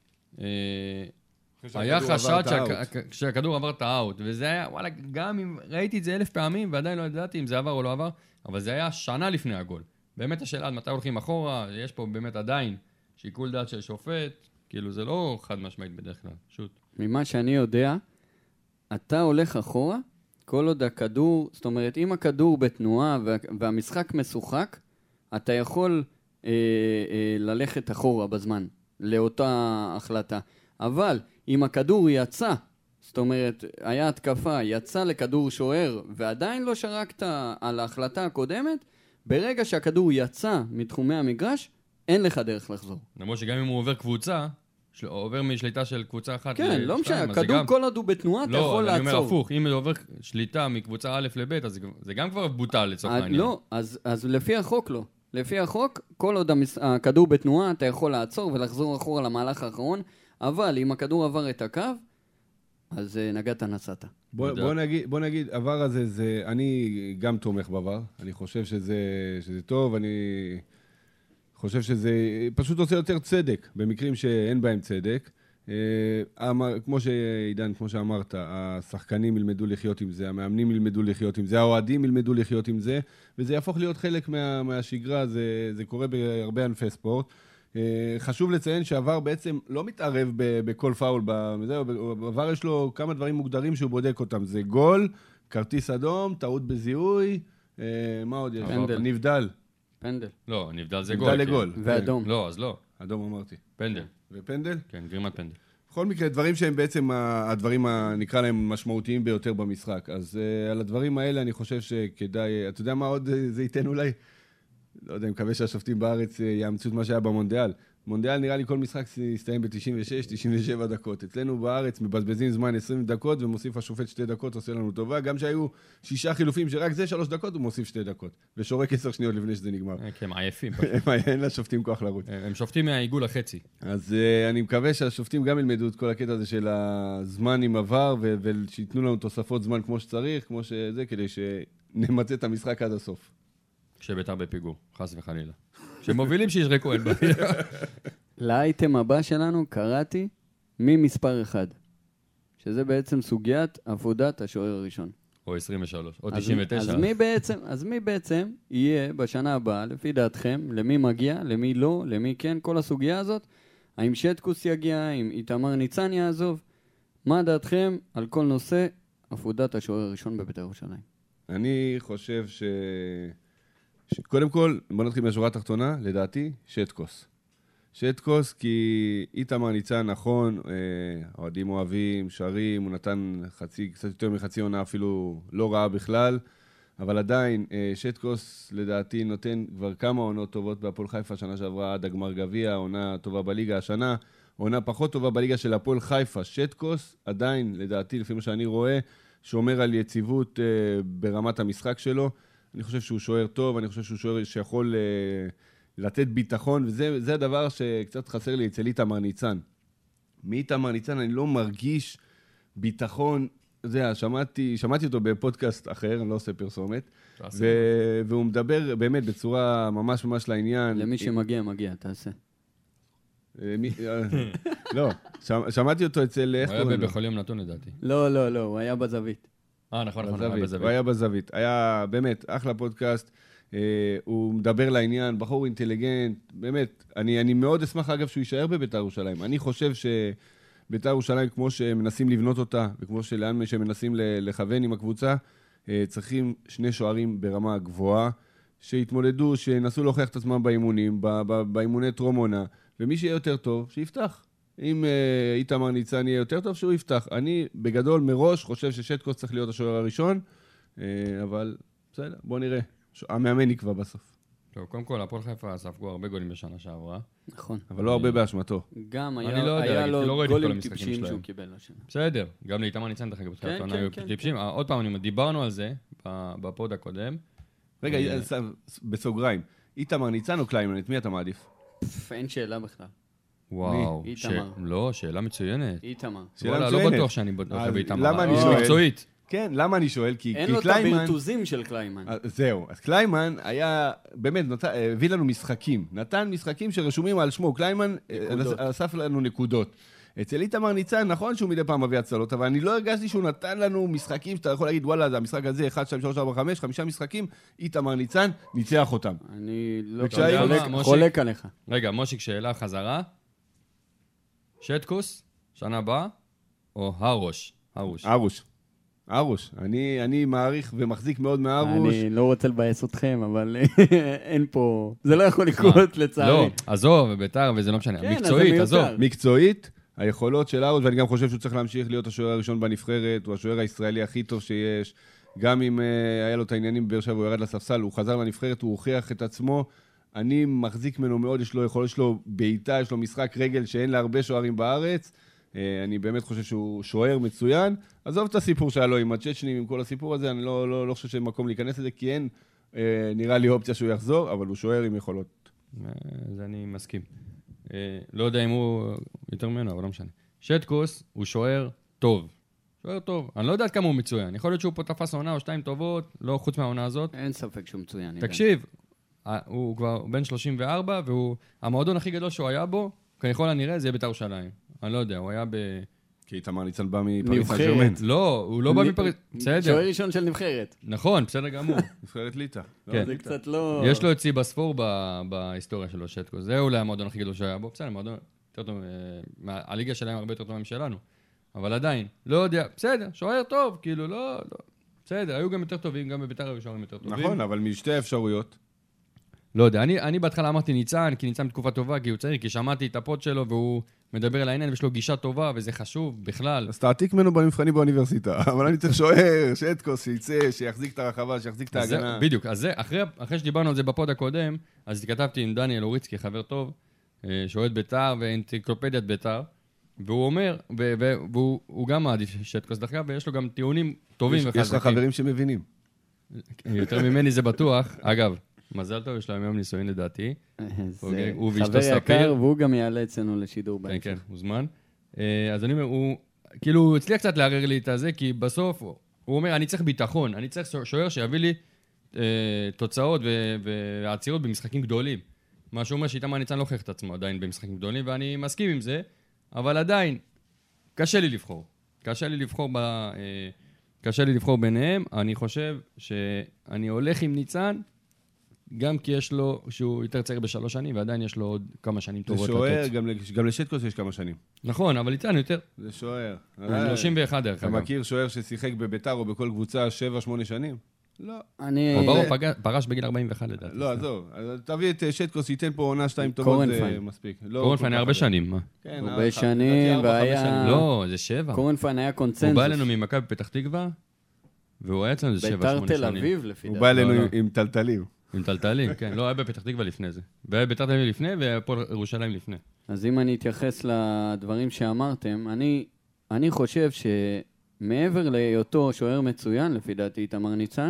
היה חשד שהכדור עבר את האוט, וזה היה, וואלה, גם אם ראיתי את זה אלף פעמים, ועדיין לא ידעתי אם זה עבר או לא עבר, אבל זה היה שנה לפני הגול. באמת השאלה, עד מתי הולכים אחורה, יש פה באמת עדיין שיקול דעת של שופט, כאילו זה לא חד משמעית בדרך כלל, פשוט. ממה שאני יודע, אתה הולך אחורה, כל עוד הכדור, זאת אומרת, אם הכדור בתנועה והמשחק משוחק, אתה יכול אה, אה, ללכת אחורה בזמן, לאותה החלטה. אבל אם הכדור יצא, זאת אומרת, היה התקפה, יצא לכדור שוער, ועדיין לא שרקת על ההחלטה הקודמת, ברגע שהכדור יצא מתחומי המגרש, אין לך דרך לחזור. למרות שגם אם הוא עובר קבוצה, של... עובר משליטה של קבוצה אחת כן, לא משנה, הכדור גם... כל עוד הוא בתנועה, אתה לא, יכול לעצור. לא, אני אומר הפוך, אם זה עובר שליטה מקבוצה א' לב', אז זה גם כבר בוטל לצורך העניין. לא, אז, אז לפי החוק לא. לפי החוק, כל עוד המס... הכדור בתנועה, אתה יכול לעצור ולחזור אחורה למהלך האחרון, אבל אם הכדור עבר את הקו, אז נגעת נסעת. בוא, בוא, נגיד, בוא נגיד, עבר הזה, זה, אני גם תומך בעבר, אני חושב שזה, שזה טוב, אני חושב שזה פשוט עושה יותר צדק, במקרים שאין בהם צדק. כמו שעידן, כמו שאמרת, השחקנים ילמדו לחיות עם זה, המאמנים ילמדו לחיות עם זה, האוהדים ילמדו לחיות עם זה, וזה יהפוך להיות חלק מה, מהשגרה, זה, זה קורה בהרבה ענפי ספורט. חשוב לציין שעבר בעצם לא מתערב בכל פאול, בעבר יש לו כמה דברים מוגדרים שהוא בודק אותם, זה גול, כרטיס אדום, טעות בזיהוי, מה עוד יש? פנדל. נבדל. פנדל. לא, נבדל זה גול. נבדל לגול. ואדום. לא, אז לא. אדום אמרתי. פנדל. ופנדל? כן, גרימת פנדל. בכל מקרה, דברים שהם בעצם הדברים, נקרא להם, משמעותיים ביותר במשחק. אז על הדברים האלה אני חושב שכדאי, אתה יודע מה עוד זה ייתן אולי? לא יודע, אני מקווה שהשופטים בארץ יאמצו את מה שהיה במונדיאל. מונדיאל נראה לי כל משחק יסתיים ב-תשעים ושש תשעים ושבע דקות. אצלנו בארץ מבזבזים זמן עשרים דקות ומוסיף השופט שתי דקות, עושה לנו טובה. גם שהיו שישה חילופים שרק זה שלוש דקות הוא מוסיף שתי דקות. ושורק עשר שניות לפני שזה נגמר. כן, עייפים. אין לשופטים כוח לרוץ. הם שופטים מהעיגול החצי. אז אני מקווה שהשופטים גם ילמדו את כל הקטע הזה של הזמן עם עבר ושיתנו לנו תוספות זמן כמו שצריך, כמו שזה, כדי שנמצא את המשחק עד הסוף. כשביתר בפיגור, חס וחלילה. כשמובילים שישרקו אין בעיה. לאייטם הבא שלנו קראתי ממספר אחד, שזה בעצם סוגיית עבודת השוער הראשון. או עשרים ושלוש, או תשעים ותשע. אז מי בעצם, אז מי בעצם יהיה בשנה הבאה, לפי דעתכם, למי מגיע, למי לא, למי כן, כל הסוגיה הזאת, האם שטקוס יגיע, האם איתמר ניצן יעזוב, מה דעתכם על כל נושא עבודת השוער הראשון בבית"ר ירושלים? אני חושב ש... קודם כל, בוא נתחיל מהשורה התחתונה, לדעתי, שטקוס. שטקוס כי איתמר ניצן נכון, אוהדים אוהבים, שרים, הוא נתן חצי, קצת יותר מחצי עונה, אפילו לא רעה בכלל, אבל עדיין, שטקוס לדעתי נותן כבר כמה עונות טובות בהפועל חיפה, שנה שעברה עד הגמר גביע, עונה טובה בליגה השנה, עונה פחות טובה בליגה של הפועל חיפה. שטקוס עדיין, לדעתי, לפי מה שאני רואה, שומר על יציבות ברמת המשחק שלו, אני חושב שהוא שוער טוב, אני חושב שהוא שוער שיכול uh, לתת ביטחון, וזה זה הדבר שקצת חסר לי אצל איתמר ניצן. מאיתמר ניצן אני לא מרגיש ביטחון, זה, שמעתי, שמעתי אותו בפודקאסט אחר, אני לא עושה פרסומת, ו, והוא מדבר באמת בצורה ממש ממש לעניין. למי שמגיע, מגיע, תעשה. מי, לא, שמעתי אותו אצל... הוא היה בכל יום נתון לדעתי. לא, לא, לא, הוא היה בזווית. אה, נכון, נכון, הוא היה בזווית. הוא היה בזווית. היה באמת אחלה פודקאסט, אה, הוא מדבר לעניין, בחור אינטליגנט, באמת, אני, אני מאוד אשמח אגב שהוא יישאר בבית"ר ירושלים. אני חושב שבית"ר ירושלים, כמו שמנסים לבנות אותה, וכמו שלאן שמנסים לכוון עם הקבוצה, אה, צריכים שני שוערים ברמה גבוהה, שהתמודדו, שנסו להוכיח את עצמם באימונים, באימוני טרום עונה, ומי שיהיה יותר טוב, שיפתח. אם uh, איתמר ניצן יהיה יותר טוב, שהוא יפתח. אני בגדול מראש חושב ששטקוס צריך להיות השוער הראשון, uh, אבל בסדר, בוא נראה. המאמן יקבע בסוף. טוב, קודם כל, הפועל חיפה ספגו הרבה גולים בשנה שעברה. נכון. אבל לא הרבה באשמתו. גם אני היה, לא יודע, היה כי לא לו ראיתי את כל גולים המשחקים טיפשיים שלהם. שהוא קיבל השנה. בסדר, גם לאיתמר ניצן, דרך אגב, בתחילת כן, העונה כן, היו כן, טיפשים. אה, עוד פעם, אני אומר, דיברנו על זה ב- בפוד הקודם. רגע, אה, אז, בסוגריים, איתמר ניצן או קליימן? את מי אתה מעדיף? פף, אין שאלה בכלל. וואו. מי? ש- איתמר. לא, שאלה מצוינת. איתמר. שאלה וואלה, לא מצוינת. בטוח שאני בטוח אז באיתמר. למה אני אה, שואל? מקצועית. כן, למה אני שואל? כי, אין כי לו את קליימן... הבירטוזים של קליימן. אז זהו, אז קליימן היה, באמת, נות... הביא לנו משחקים. נתן משחקים שרשומים על שמו. קליימן נקודות. אסף לנו נקודות. אצל איתמר ניצן, נכון שהוא מדי פעם מביא הצלות, אבל אני לא הרגשתי שהוא נתן לנו משחקים שאתה יכול להגיד, וואלה, זה המשחק הזה, אחת, שתיים, שלוש, ארבע, חמש, חמישה משחקים, איתמר ניצן ניצח אותם. אני לא וכשהיו- חולק- מה, מושיק? חולק עליך. רגע, מושיק, שאלה חזרה. שטקוס, שנה הבאה, או הרוש? הרוש. ארוש. ארוש. אני, אני מעריך ומחזיק מאוד מארוש. אני לא רוצה לבאס אתכם, אבל אין פה... זה לא יכול לקרות, לצערי. לא, עזוב, ביתר, וזה לא משנה. כן, אז זה מקצועית, מיותר. עזוב. מקצועית, היכולות של ארוש, ואני גם חושב שהוא צריך להמשיך להיות השוער הראשון בנבחרת, הוא השוער הישראלי הכי טוב שיש. גם אם uh, היה לו את העניינים בבאר שבע, הוא ירד לספסל, הוא חזר לנבחרת, הוא הוכיח את עצמו. אני מחזיק ממנו מאוד, יש לו יכולת, יש לו בעיטה, יש לו משחק רגל שאין לה הרבה שוערים בארץ. Uh, אני באמת חושב שהוא שוער מצוין. עזוב את הסיפור שהיה לו עם הצ'צ'נים, עם כל הסיפור הזה, אני לא, לא, לא חושב שאין מקום להיכנס לזה, כי אין, uh, נראה לי אופציה שהוא יחזור, אבל הוא שוער עם יכולות. אה, זה אני מסכים. אה, לא יודע אם הוא יותר ממנו, אבל לא משנה. שטקוס הוא שוער טוב. שוער טוב. אני לא יודע עד כמה הוא מצוין. יכול להיות שהוא פה תפס עונה או שתיים טובות, לא חוץ מהעונה הזאת. אין ספק שהוא מצוין. תקשיב, אה, הוא כבר בן שלושים וארבע, והוא... המועדון הכי גדול שהוא היה בו, ככל הנראה, זה יהיה בית"ר ירושלים. אני לא יודע, הוא היה ב... כי איתמר ניצן בא מפריס נבחרת. סן ז'רמן. לא, הוא לא בא מפריז... שוער בסדר. ראשון של נבחרת. נכון, בסדר גמור. נבחרת ליטא. כן. זה קצת לא... יש לו את צי בספור ב- בהיסטוריה שלו, שטקוס. זה אולי המועדון הכי גדול שהיה בו. בסדר, מועדון יותר טוב, אה, מה- הליגה שלהם הרבה יותר טובה משלנו. אבל עדיין, לא יודע, בסדר, שוער טוב, כאילו, לא, לא. בסדר, היו גם יותר טובים, גם בביתר היו שוערים יותר טובים. נכון, אבל משתי האפשרויות. לא יודע, אני, אני בהתחלה אמרתי ניצן, כי ניצן בתקופה טובה, כי הוא צעיר, כי שמעתי את הפוד שלו, והוא מדבר על העניין, ויש לו גישה טובה, וזה חשוב בכלל. אז תעתיק ממנו במבחנים באוניברסיטה. אבל אני צריך שוער, שטקוס, שיצא, שיחזיק את הרחבה, שיחזיק את אז זה- ההגנה. בדיוק, אז זה, אחרי, אחרי שדיברנו על זה בפוד הקודם, אז התכתבתי עם דניאל אוריצקי, חבר טוב, אה, שאוהד ביתר ואנציקלופדיית ביתר, והוא אומר, ו- ו- והוא הוא גם מעדיף שטקוס דרך אגב, ויש לו גם טיעונים טובים יש- יש לך חברים שמבינים. יותר ממני זה בטוח. אגב, מזל טוב, יש להם היום נישואין לדעתי. זה אוקיי, הוא ואשתו חבר ספיר. יקר, והוא גם יעלה אצלנו לשידור כן, בהמשך. כן, מוזמן. אה, אז אני אומר, הוא, כאילו, הוא הצליח קצת לערער לי את הזה, כי בסוף, הוא הוא אומר, אני צריך ביטחון, אני צריך שוער שיביא לי אה, תוצאות ו- ועצירות במשחקים גדולים. מה שאומר שאיתמר ניצן לא הוכיח את עצמו עדיין במשחקים גדולים, ואני מסכים עם זה, אבל עדיין, קשה לי לבחור. קשה לי לבחור ב... אה, קשה לי לבחור ביניהם. אני חושב שאני הולך עם ניצן, גם כי יש לו, שהוא יותר צעיר בשלוש שנים, ועדיין יש לו עוד כמה שנים זה טובות שוער, לתת. גם לש- גם לשטקוס יש כמה שנים. נכון, אבל ניצן יותר. זה שוער. שלושים ואחת דרך אתה אגב. מכיר שוער ששיחק בביתר או בכל קבוצה שבע שמונה שנים? לא. אני... הוא ברור זה- פגע- פרש בגיל ארבעים ואחת לדעתי. לא, עזוב. אז תביא את אה, שטקוס, ייתן פה עונה שתיים טובות, זה קורנפיין. מספיק. לא קורנפיין כל היה כך הרבה שנים, מה? כן, הרבה אה, שנים, לדעתי ארבע, חמש והיה- שנים. לא, זה שבע. קורנפיין היה הוא קונצנזוס. בא אלינו ממכבי פתח תקווה, והוא היה אצלנו איזה שבע, ביתר שמונה תל שנים. אביב, לפי הוא דעתי. בא אלינו לא, עם- לא. עם טלטלים. עם טלטלים, כן. לא, היה בפתח תקווה לפני זה. והיה ביתר תל אביב לפני, והפועל ירושלים לפני. אז אם אני אתייחס לדברים שאמרתם, אני, אני חושב שמעבר להיותו שוער מצוין, לפי דעתי איתמר ניצן,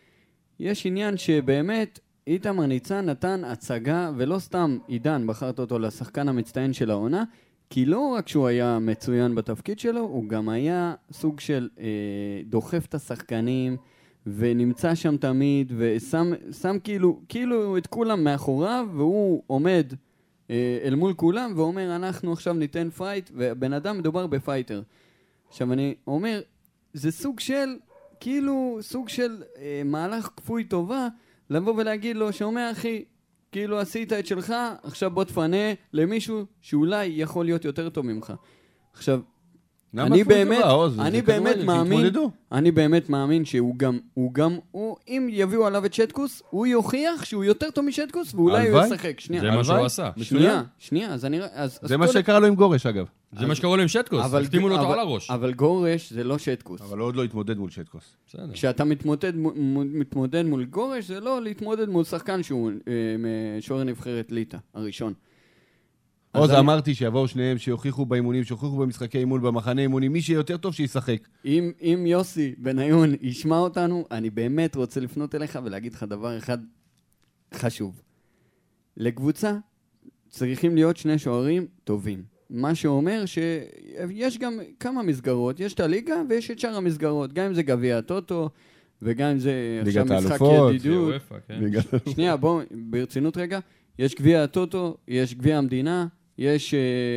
יש עניין שבאמת איתמר ניצן נתן הצגה, ולא סתם עידן בחרת אותו לשחקן המצטיין של העונה, כי לא רק שהוא היה מצוין בתפקיד שלו, הוא גם היה סוג של אה, דוחף את השחקנים, ונמצא שם תמיד, ושם שם כאילו, כאילו את כולם מאחוריו, והוא עומד אה, אל מול כולם, ואומר, אנחנו עכשיו ניתן פייט, ובן אדם מדובר בפייטר. עכשיו אני אומר, זה סוג של, כאילו, סוג של אה, מהלך כפוי טובה, לבוא ולהגיד לו, שומע אחי, כאילו עשית את שלך, עכשיו בוא תפנה למישהו שאולי יכול להיות יותר טוב ממך. עכשיו, אני באמת, אני באמת מאמין, אני באמת מאמין שהוא גם, הוא גם, הוא, אם יביאו עליו את שטקוס, הוא יוכיח שהוא יותר טוב משטקוס, ואולי הוא ישחק. שנייה. זה מה שהוא עשה. שנייה, שנייה, אז אני... זה מה שקרה לו עם גורש, אגב. זה מה שקרה לו עם שטקוס, החתימו לו אותו על הראש. אבל גורש זה לא שטקוס. אבל הוא עוד לא התמודד מול שטקוס. כשאתה מתמודד מול גורש, זה לא להתמודד מול שחקן שהוא שוער נבחרת ליטא, הראשון. אז אמרתי שיבואו שניהם, שיוכיחו באימונים, שיוכיחו במשחקי אימון, במחנה אימונים, מי שיותר טוב שישחק. אם יוסי בניון ישמע אותנו, אני באמת רוצה לפנות אליך ולהגיד לך דבר אחד חשוב. לקבוצה צריכים להיות שני שוערים טובים. מה שאומר שיש גם כמה מסגרות, יש את הליגה ויש את שאר המסגרות, גם אם זה גביע הטוטו, וגם אם זה עכשיו משחק ידידות. שנייה, בואו, ברצינות רגע, יש גביע הטוטו, יש גביע המדינה, יש אה,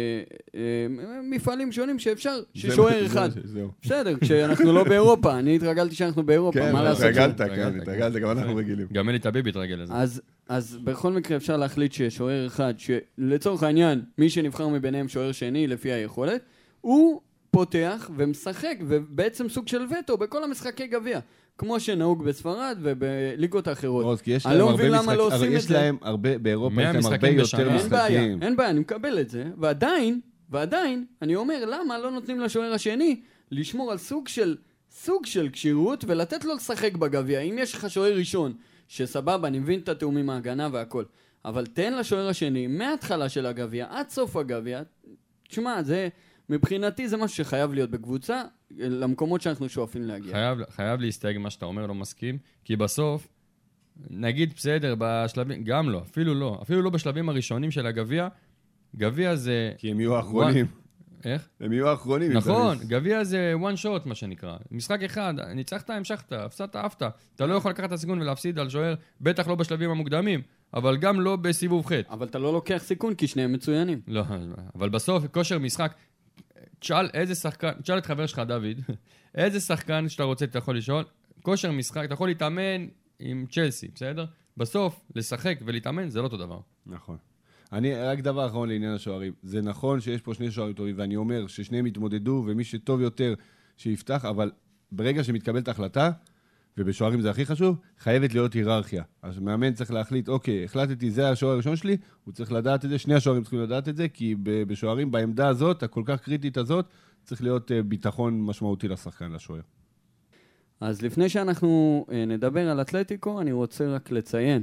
אה, מפעלים שונים שאפשר, ששוער אחד. בסדר, כשאנחנו לא באירופה, אני התרגלתי שאנחנו באירופה, כן, מה לעשות? התרגלת, כן, התרגלת, גם אנחנו רגילים. גם אלי טביב התרגל לזה. אז, אז בכל מקרה אפשר להחליט ששוער אחד, שלצורך העניין, מי שנבחר מביניהם שוער שני לפי היכולת, הוא פותח ומשחק, ובעצם סוג של וטו בכל המשחקי גביע. כמו שנהוג בספרד ובליגות האחרות. אני לא מבין למה לא עושים את זה. יש להם הרבה, באירופה יש להם הרבה יותר משחקים. אין בעיה, אין בעיה, אני מקבל את זה. ועדיין, ועדיין, אני אומר, למה לא נותנים לשוער השני לשמור על סוג של, סוג של קשירות ולתת לו לשחק בגביע. אם יש לך שוער ראשון, שסבבה, אני מבין את התאומים ההגנה והכל, אבל תן לשוער השני, מההתחלה של הגביע, עד סוף הגביע, תשמע, זה... מבחינתי זה משהו שחייב להיות בקבוצה, למקומות שאנחנו שואפים להגיע. חייב, חייב להסתייג מה שאתה אומר, לא מסכים, כי בסוף, נגיד בסדר, בשלבים, גם לא, אפילו לא, אפילו לא בשלבים הראשונים של הגביע, גביע זה... כי הם יהיו האחרונים. איך? הם יהיו האחרונים. נכון, גביע זה one shot, מה שנקרא. משחק אחד, ניצחת, המשכת, הפסדת, אהבת. אתה לא יכול לקחת את הסיכון ולהפסיד על שוער, בטח לא בשלבים המוקדמים, אבל גם לא בסיבוב ח'. אבל אתה לא לוקח סיכון, כי שניהם מצוינים. לא, אבל בסוף, כושר משחק, תשאל איזה שחקן, תשאל את חבר שלך, דוד, איזה שחקן שאתה רוצה, אתה יכול לשאול, כושר משחק, אתה יכול להתאמן עם צ'לסי, בסדר? בסוף, לשחק ולהתאמן, זה לא אותו דבר. נכון. אני, רק דבר אחרון לעניין השוערים. זה נכון שיש פה שני שוערים טובים, ואני אומר ששניהם יתמודדו, ומי שטוב יותר שיפתח, אבל ברגע שמתקבלת החלטה, ובשוערים זה הכי חשוב, חייבת להיות היררכיה. אז מאמן צריך להחליט, אוקיי, החלטתי, זה השוער הראשון שלי, הוא צריך לדעת את זה, שני השוערים צריכים לדעת את זה, כי בשוערים, בעמדה הזאת, הכל כך קריטית הזאת, צריך להיות ביטחון משמעותי לשחקן, לשוער. אז לפני שאנחנו נדבר על אתלטיקו, אני רוצה רק לציין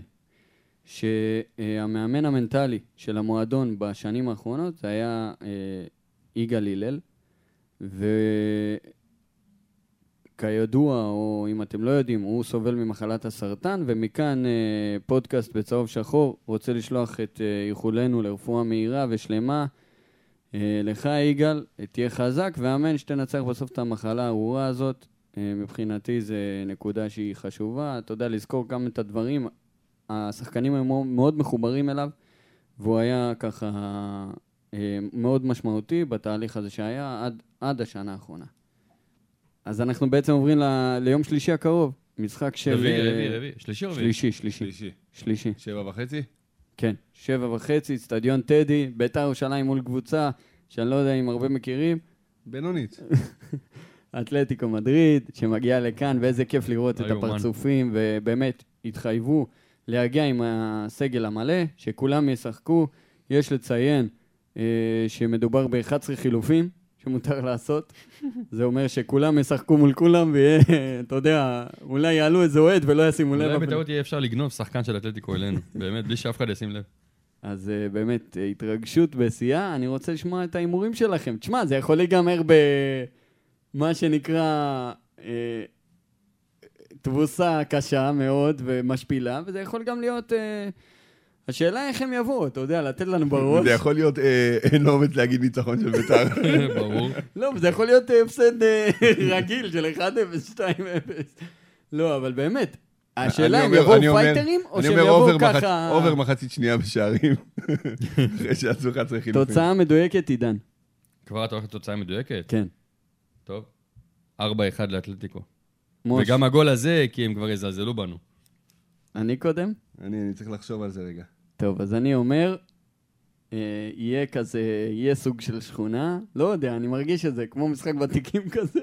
שהמאמן המנטלי של המועדון בשנים האחרונות, זה היה יגאל הלל, ו... כידוע, או אם אתם לא יודעים, הוא סובל ממחלת הסרטן, ומכאן אה, פודקאסט בצהוב שחור רוצה לשלוח את אה, איחולנו לרפואה מהירה ושלמה. אה, לך יגאל, תהיה חזק, ואמן שתנצח בסוף את המחלה הארורה הזאת. אה, מבחינתי זה נקודה שהיא חשובה. אתה יודע, לזכור גם את הדברים. השחקנים הם מאוד מחוברים אליו, והוא היה ככה אה, מאוד משמעותי בתהליך הזה שהיה עד, עד השנה האחרונה. אז אנחנו בעצם עוברים ל... ליום שלישי הקרוב, משחק של... רביעי, רביעי, רביעי, שלישי או רביעי? שלישי, שלישי. שלישי. שלישי. שבע וחצי? כן, שבע וחצי, אצטדיון טדי, בית"ר ירושלים מול קבוצה, שאני לא יודע אם הרבה מכירים. בינונית. אתלטיקו מדריד, שמגיע לכאן, ואיזה כיף לראות את הפרצופים, ובאמת התחייבו להגיע עם הסגל המלא, שכולם ישחקו. יש לציין אה, שמדובר ב-אחד עשר חילופים, שמותר לעשות. זה אומר שכולם ישחקו מול כולם, ויהיה, אתה יודע, אולי יעלו איזה אוהד ולא ישימו לב. אולי בטעות יהיה אפשר לגנוב שחקן של אתלטיקו אלינו, באמת, בלי שאף אחד ישים לב. אז באמת, התרגשות בשיאה, אני רוצה לשמוע את האימורים שלכם. תשמע, זה יכול להיגמר במה שנקרא אה, תבוסה קשה מאוד ומשפילה, וזה יכול גם להיות... אה, השאלה איך הם יבואו, אתה יודע, לתת לנו בראש. זה יכול להיות, אין לו אומץ להגיד ניצחון של בית"ר. ברור. לא, זה יכול להיות הפסד רגיל של אחד אפס, שתיים אפס. לא, אבל באמת, השאלה אם יבואו פייטרים, או שהם יבואו ככה... אובר מחצית שנייה בשערים, אחרי שעשו אחד עשר חילופים. תוצאה מדויקת, עידן. כבר אתה הולך לתוצאה מדויקת? כן. טוב. ארבע אחד לאתלטיקו. וגם הגול הזה, כי הם כבר יזלזלו בנו. אני קודם? אני, אני צריך לחשוב על זה רגע. טוב, אז אני אומר יהיה כזה, יהיה סוג של שכונה, לא יודע, אני מרגיש את זה, כמו משחק ותיקים כזה,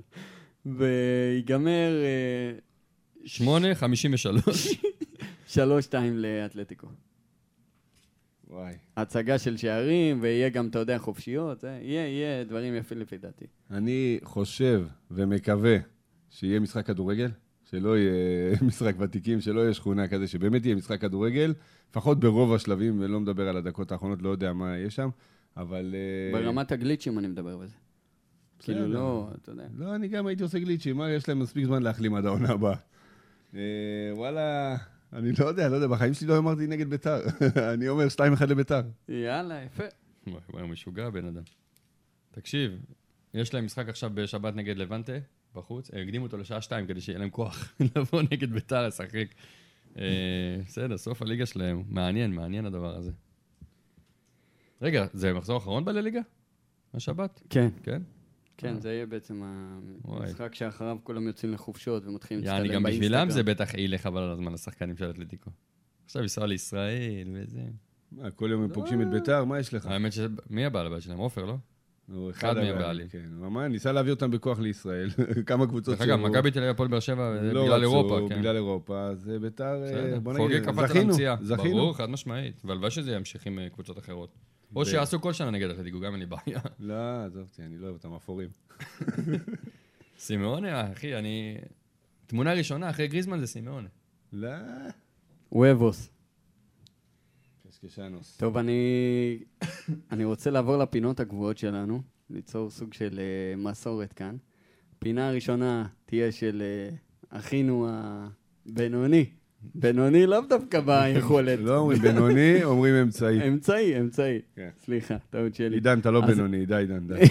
ויגמר שמונה, חמישים ושלוש. שלוש שתיים לאתלטיקו. וואי. הצגה של שערים, ויהיה גם, אתה יודע, חופשיות, זה, יהיה, יהיה דברים יפים לפי דעתי. אני חושב ומקווה שיהיה משחק כדורגל, שלא יהיה משחק ותיקים, שלא יהיה שכונה כזה, שבאמת יהיה משחק כדורגל, לפחות ברוב השלבים, ולא מדבר על הדקות האחרונות, לא יודע מה יש שם, אבל... ברמת הגליצ'ים אני מדבר בזה. כאילו לא, אתה יודע. לא, אני גם הייתי עושה גליצ'ים, מה, יש להם מספיק זמן להחלים עד העונה הבאה. וואלה, אני לא יודע, לא יודע, בחיים שלי לא אמרתי נגד ביתר. אני אומר שתיים אחד לביתר. יאללה, יפה. הוא משוגע בן אדם. תקשיב, יש להם משחק עכשיו בשבת נגד לבנטה, בחוץ, הקדימו אותו לשעה שתיים כדי שיהיה להם כוח לבוא נגד ביתר לשחק. בסדר, סוף הליגה שלהם. מעניין, מעניין הדבר הזה. רגע, זה מחזור אחרון בליגה? השבת? כן. כן? כן, זה יהיה בעצם המשחק שאחריו כולם יוצאים לחופשות ומתחילים להצטלם באינסטגרם. באינסטגרם. גם בשבילם זה בטח ילך חבל על הזמן לשחקנים של אתלטיקו. עכשיו ייסוע לישראל וזה. מה, כל יום הם פוגשים את ביתר, מה יש לך? האמת שמי הבעל הבעל שלהם? עופר, לא? אחד מהם בעלים. כן, מה, ניסה להביא אותם בכוח לישראל. כמה קבוצות דרך אגב, מכבי תל אביב הפועל באר שבע לא בגלל רצו, אירופה, כן. בגלל אירופה, אז ביתר, בוא חוגג נגיד, קפץ על זכינו, המציאה. זכינו. ברור, חד משמעית. והלוואי שזה ימשיך עם קבוצות אחרות. או שיעשו כל שנה נגד אתלטיקו, גם אין לי בעיה. לא, עזוב אותי, אני לא אוהב אותם אפורים. סימאונה, אחי, אני... תמונה ראשונה אחרי גריזמן זה סימאונה. לא. וובוס. קשקשנוס. טוב, אני... אני רוצה לעבור לפינות הקבועות שלנו, ליצור סוג של uh, מסורת כאן. פינה הראשונה תהיה של uh, אחינו הבינוני. בינוני לאו דווקא ביכולת. לא אומרים בינוני, אומרים אמצעי. אמצעי, אמצעי. סליחה, טעות שלי. עידן, אתה לא בינוני, די, עידן, די.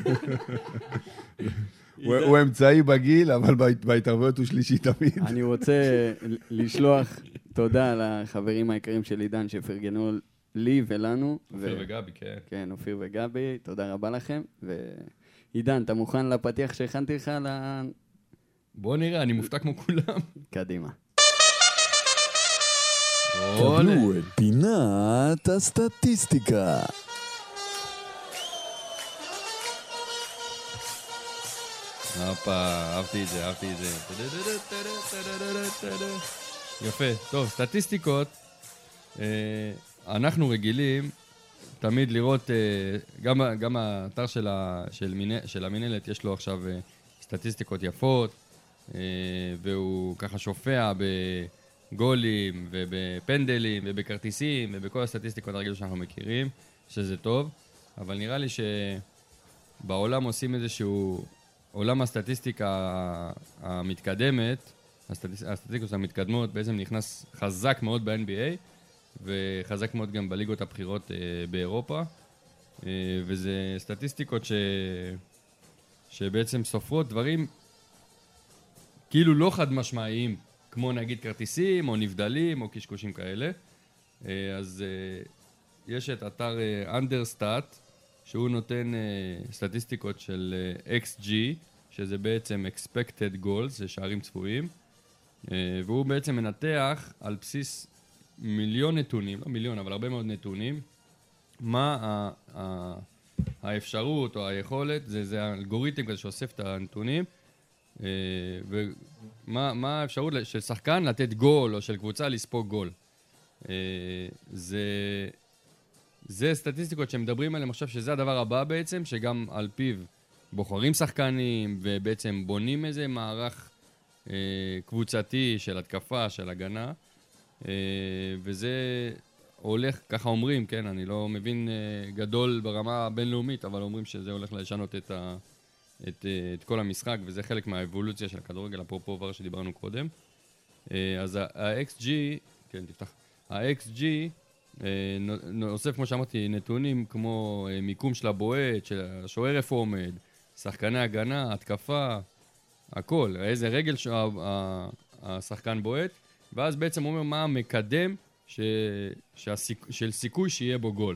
הוא אמצעי בגיל, אבל בהתערבויות הוא שלישי תמיד. אני רוצה לשלוח תודה לחברים היקרים של עידן שפרגנו לי ולנו. אופיר וגבי, כן. כן, אופיר וגבי, תודה רבה לכם. ועידן, אתה מוכן לפתיח שהכנתי לך ל... בוא נראה, אני מופתע כמו כולם. קדימה. קבלו את פינת הסטטיסטיקה. הופה, אהבתי את זה, אהבתי את זה. יפה. טוב, סטטיסטיקות. אנחנו רגילים תמיד לראות, גם האתר של המנהלת יש לו עכשיו סטטיסטיקות יפות, והוא ככה שופע בגולים ובפנדלים ובכרטיסים ובכל הסטטיסטיקות הרגילות שאנחנו מכירים, שזה טוב, אבל נראה לי שבעולם עושים איזשהו... עולם הסטטיסטיקה המתקדמת, הסטטיסטיקות המתקדמות, בעצם נכנס חזק מאוד ב-אן בי איי, וחזק מאוד גם בליגות הבחירות באירופה, וזה סטטיסטיקות ש... שבעצם סופרות דברים כאילו לא חד משמעיים, כמו נגיד כרטיסים, או נבדלים, או קשקושים כאלה. אז יש את אתר אנדרסטאט, שהוא נותן uh, סטטיסטיקות של uh, אקס ג'י, שזה בעצם expected goals, זה שערים צפויים, uh, והוא בעצם מנתח על בסיס מיליון נתונים, לא מיליון, אבל הרבה מאוד נתונים, מה ה- ה- האפשרות או היכולת, זה, זה האלגוריתם כזה שאוסף את הנתונים, uh, ומה מה האפשרות של שחקן לתת גול, או של קבוצה לספוג גול. Uh, זה... זה סטטיסטיקות שמדברים עליהם עכשיו, שזה הדבר הבא בעצם, שגם על פיו בוחרים שחקנים, ובעצם בונים איזה מערך אה, קבוצתי של התקפה, של הגנה, אה, וזה הולך, ככה אומרים, כן, אני לא מבין אה, גדול ברמה הבינלאומית, אבל אומרים שזה הולך לשנות את, ה, את, אה, את כל המשחק, וזה חלק מהאבולוציה של הכדורגל, אפרופו דבר שדיברנו קודם. אה, אז ה-אקס ג'י, כן, תפתח, ה-אקס ג'י, נוסף, כמו שאמרתי, נתונים כמו מיקום של הבועט, של השוער איפה עומד, שחקני הגנה, התקפה, הכל, איזה רגל שהשחקן בועט, ואז בעצם אומר מה המקדם ש... שהסיכ... של סיכוי שיהיה בו גול.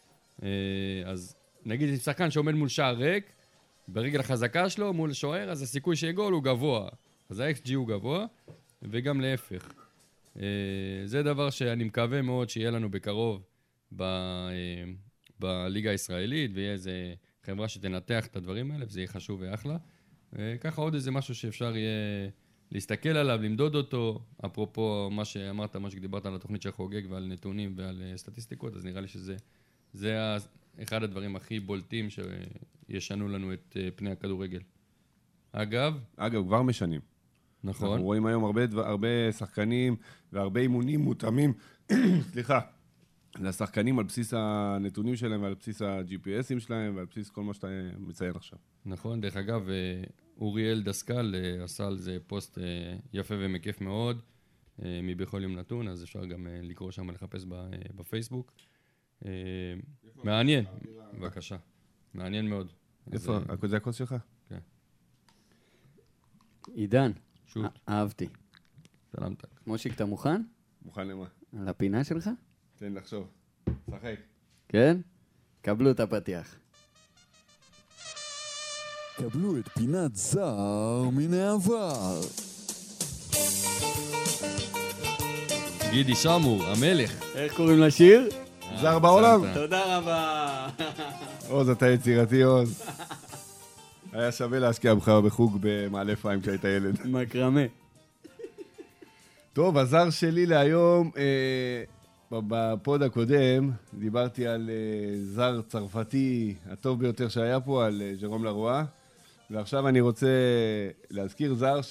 אז נגיד שחקן שעומד מול שער ריק, ברגל החזקה שלו מול שוער, אז הסיכוי שיהיה גול הוא גבוה. אז ה-אקס ג'י הוא גבוה, וגם להפך. זה דבר שאני מקווה מאוד שיהיה לנו בקרוב ב, בליגה הישראלית, ויהיה איזה חברה שתנתח את הדברים האלה, וזה יהיה חשוב ואחלה. וככה עוד איזה משהו שאפשר יהיה להסתכל עליו, למדוד אותו, אפרופו מה שאמרת, מה שדיברת על התוכנית של חוגג ועל נתונים ועל סטטיסטיקות, אז נראה לי שזה זה אחד הדברים הכי בולטים שישנו לנו את פני הכדורגל. אגב... אגב, כבר משנים. נכון. אנחנו רואים היום הרבה, הרבה שחקנים והרבה אימונים מותאמים, סליחה, לשחקנים על בסיס הנתונים שלהם ועל בסיס ה-ג'י פי אסים שלהם ועל בסיס כל מה שאתה מציין עכשיו. נכון, דרך אגב, אוריאל דסקל עשה על זה פוסט יפה ומקיף מאוד, מבכל יום נתון, אז אפשר גם לקרוא שם ולחפש בפייסבוק. מעניין, בבקשה. מעניין מאוד. איפה? זה הכוס שלך? כן. עידן, שוט. אהבתי. סלמת. מושיק, אתה מוכן? מוכן למה? על הפינה שלך? תן לחשוב. שחק. כן? קבלו את הפתיח. קבלו את פינת זר מן העבר. גידי שמור, המלך. איך קוראים לשיר? זר בעולם. תודה רבה. עוז, אתה יצירתי, עוז. היה שווה להשקיע בך בחוג במעלה אפרים כשהיית ילד. מקרמה. טוב, הזר שלי להיום, אה, בפוד הקודם, דיברתי על אה, זר צרפתי הטוב ביותר שהיה פה, על אה, ז'רום לרואה, ועכשיו אני רוצה להזכיר זר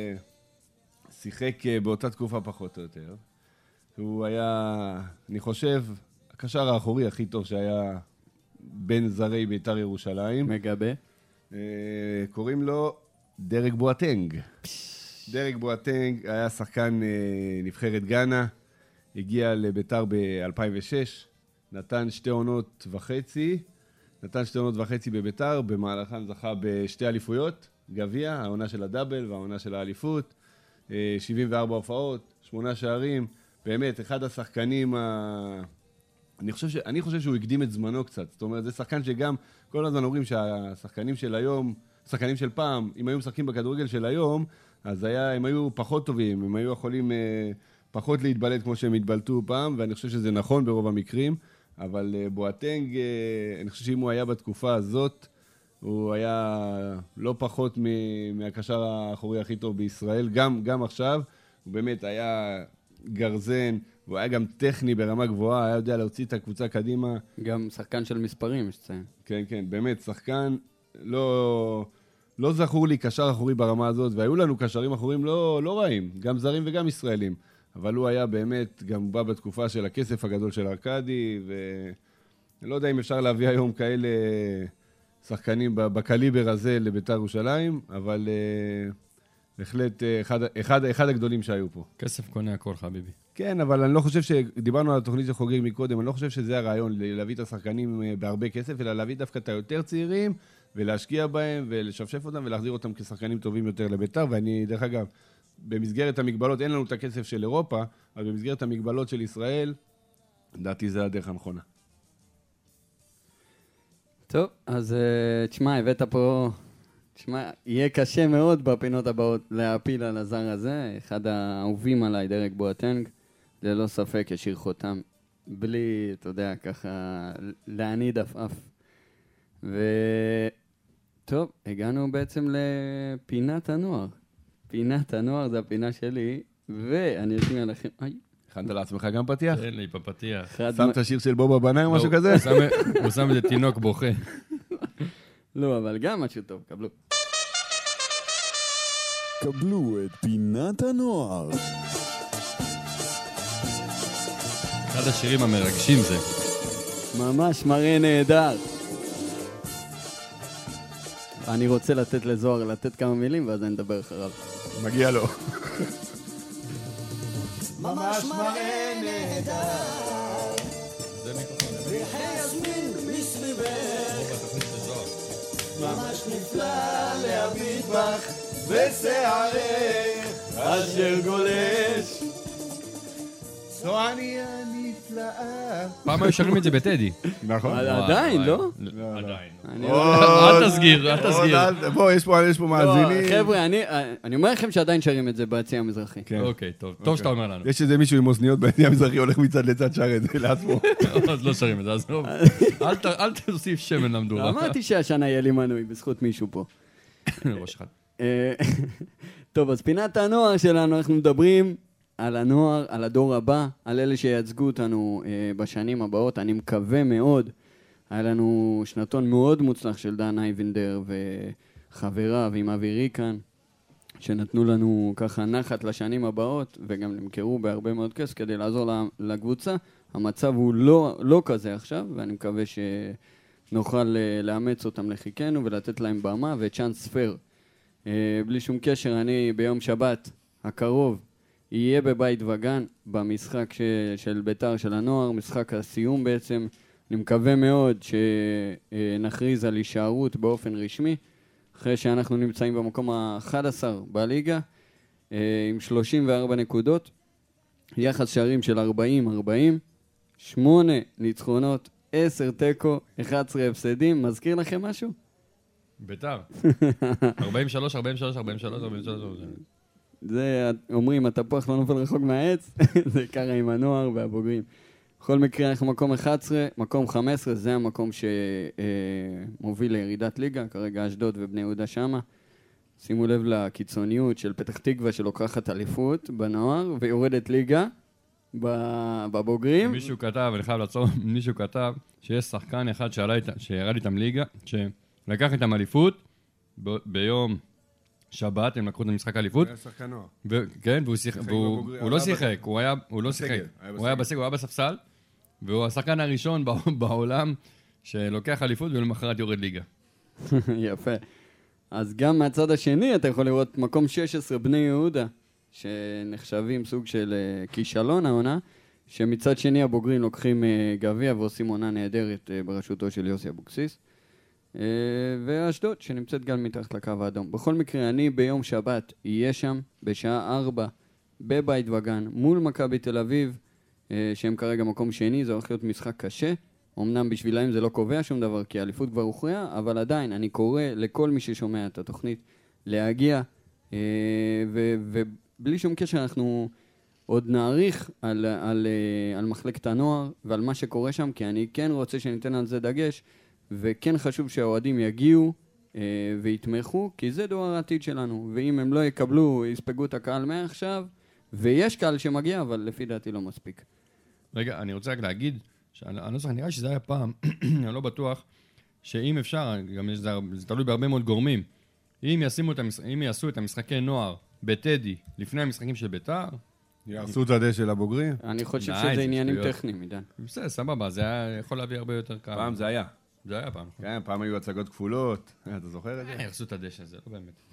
ששיחק אה, באותה תקופה פחות או יותר. הוא היה, אני חושב, הקשר האחורי הכי טוב שהיה בין זרי בית"ר ירושלים. מגבה. אה, קוראים לו דרק בואטנג. דרק בואטנג היה שחקן אה, נבחרת גאנה, הגיע לביתר ב-אלפיים ושש, נתן שתי עונות וחצי, נתן שתי עונות וחצי בביתר, במהלכן זכה בשתי אליפויות, גביע, העונה של הדאבל והעונה של האליפות, אה, שבעים וארבע הופעות, שמונה שערים, באמת אחד השחקנים, ה... אני חושב, ש... אני חושב שהוא הקדים את זמנו קצת, זאת אומרת זה שחקן שגם כל הזמן אומרים שהשחקנים של היום, שחקנים של פעם, אם היו משחקים בכדורגל של היום, אז היה, הם היו פחות טובים, הם היו יכולים אה, פחות להתבלט כמו שהם התבלטו פעם, ואני חושב שזה נכון ברוב המקרים, אבל אה, בואטנג, אה, אני חושב שאם הוא היה בתקופה הזאת, הוא היה לא פחות מ- מהקשר האחורי הכי טוב בישראל, גם, גם עכשיו, הוא באמת היה גרזן, הוא היה גם טכני ברמה גבוהה, היה יודע להוציא את הקבוצה קדימה. גם שחקן של מספרים, יש לציין. כן, כן, באמת, שחקן לא... לא זכור לי קשר אחורי ברמה הזאת, והיו לנו קשרים אחורים לא, לא רעים, גם זרים וגם ישראלים. אבל הוא היה באמת, גם בא בתקופה של הכסף הגדול של ארקדי, ואני לא יודע אם אפשר להביא היום כאלה שחקנים בקליבר הזה לבית"ר ירושלים, אבל uh, בהחלט uh, אחד, אחד, אחד הגדולים שהיו פה. כסף קונה הכל, חביבי. כן, אבל אני לא חושב שדיברנו על התוכנית של חוגג מקודם, אני לא חושב שזה הרעיון להביא את השחקנים בהרבה כסף, אלא להביא דווקא את היותר צעירים, ולהשקיע בהם, ולשפשף אותם, ולהחזיר אותם כשחקנים טובים יותר לבית"ר, ואני, דרך אגב, במסגרת המגבלות, אין לנו את הכסף של אירופה, אבל במסגרת המגבלות של ישראל, לדעתי זה הדרך הנכונה. טוב, אז תשמע, הבאת פה, תשמע, יהיה קשה מאוד בפינות הבאות להפיל על הזר הזה, אחד האהובים עליי, דרק בואטנג, ללא ספק ישיר חותם, בלי, אתה יודע, ככה, להניד עפעף. וטוב, הגענו בעצם לפינת הנוער. פינת הנוער זה הפינה שלי, ואני אשמיע לכם... איי. הכנת לעצמך גם פתיח? תן לי בפתיח. שמת שיר של בובה בנאי או משהו כזה? הוא שם איזה תינוק בוכה. לא, אבל גם משהו טוב, קבלו. קבלו את פינת הנוער. אחד השירים המרגשים זה. ממש מראה נהדר. אני רוצה לתת לזוהר לתת כמה מילים, ואז אני אדבר אחריו. מגיע לו. ממש מראה נהדר, ריחי יסמין מסביבך, ממש נפלא להביט בך בשערך אשר גולש. זו אני הנפלאה פעם היו שרים את זה בטדי. נכון. עדיין, לא? עדיין. אני- אל תסגיר, אל תסגיר. בוא, יש פה יש פה לא, מאזינים. חבר'ה, אני- אני אומר לכם שעדיין שרים את זה ביציע המזרחי. כן. אוקיי, טוב. טוב שאתה אומר לנו. יש איזה מישהו עם אוזניות בעניין המזרחי, הולך מצד לצד שר את זה לעצמו. אז לא שרים את זה, עזוב. אל ת- אל תוסיף שמן למדורה. אמרתי שהשנה יהיה לי מנוי בזכות מישהו פה. ראש אחד. אה, טוב, אז פינת הנוער שלנו, אנחנו מדברים על הנוער, על הדור הבא, על אלה שייצגו אותנו אה, בשנים הבאות. אני מקווה מאוד. היה לנו שנתון מאוד מוצלח של דן אייבנדר וחבריו עם אבי ריקן, שנתנו לנו ככה נחת לשנים הבאות, וגם נמכרו בהרבה מאוד כסף כדי לעזור לקבוצה. המצב הוא לא, לא כזה עכשיו, ואני מקווה שנוכל אה, לאמץ אותם לחיקנו ולתת להם במה וצ'אנס פייר. אה, בלי שום קשר, אני ביום שבת הקרוב יהיה בבית וגן במשחק ש... של ביתר של הנוער, משחק הסיום בעצם. אני מקווה מאוד שנכריז על הישארות באופן רשמי, אחרי שאנחנו נמצאים במקום ה-אחד עשר בליגה, אה, עם שלושים וארבע נקודות, יחס שערים של ארבעים ארבעים, שמונה ניצחונות, עשר תיקו, אחד עשר הפסדים. מזכיר לכם משהו? ביתר. ארבעים ושלוש, ארבעים ושלוש, ארבעים ושלוש, ארבעים ושלוש. זה, אומרים, התפוח לא נופל רחוק מהעץ, זה ככה עם הנוער והבוגרים. בכל מקרה, אנחנו מקום אחד עשר, מקום חמש עשרה, זה המקום שמוביל לירידת ליגה, כרגע אשדוד ובני יהודה שמה. שימו לב לקיצוניות של פתח תקווה שלוקחת אליפות בנוער, ויורדת ליגה בבוגרים. מישהו כתב, אני חייב לעצור, מישהו כתב שיש שחקן אחד שעלה איתה, שירד איתם ליגה, שלקח איתם אליפות ב- ביום שבת, הם לקחו את המשחק אליפות. היה שחקן נוער. ו- כן, והוא שיחק, והוא בבוגרים, הוא לא היה שיחק, הוא היה, הוא לא שיחק. היה הוא היה בסגל, הוא היה בספסל, והוא השחקן הראשון ב- בעולם שלוקח אליפות ולמחרת יורד ליגה. יפה. אז גם מהצד השני אתה יכול לראות מקום שש עשרה בני יהודה, שנחשבים סוג של uh, כישלון העונה, שמצד שני הבוגרים לוקחים uh, גביע ועושים עונה נהדרת uh, בראשותו של יוסי אבוקסיס. Uh, ואשדוד, שנמצאת גם מתחת לקו האדום. בכל מקרה, אני ביום שבת אהיה שם בשעה ארבע בבית וגן מול מכבי תל אביב, uh, שהם כרגע מקום שני, זה הולך להיות משחק קשה. אמנם בשבילם זה לא קובע שום דבר, כי האליפות כבר הוכרעה, אבל עדיין אני קורא לכל מי ששומע את התוכנית להגיע, אה, ו- ובלי שום קשר אנחנו עוד נעריך על, על, אה, על מחלקת הנוער ועל מה שקורה שם, כי אני כן רוצה שניתן על זה דגש, וכן חשוב שהאוהדים יגיעו אה, ויתמכו, כי זה דור העתיד שלנו, ואם הם לא יקבלו, יספגו את הקהל מעכשיו, ויש קהל שמגיע, אבל לפי דעתי לא מספיק. רגע, אני רוצה רק להגיד, אני לא זוכר, נראה שזה היה פעם, אני לא בטוח, שאם אפשר, גם זה, זה תלוי בהרבה מאוד גורמים, אם, ישימו את המשח... אם יעשו את המשחקי נוער בטדי לפני המשחקים של ביתר, יעשו את הדשא של הבוגרים? אני חושב די, שזה זה עניינים שטויות. טכניים, עידן. בסדר, סבבה, זה היה יכול להביא הרבה יותר קל. פעם זה היה. זה היה פעם. כן, פעם היו הצגות כפולות. אתה זוכר את זה? אה, יחסו את הדשא הזה, לא באמת.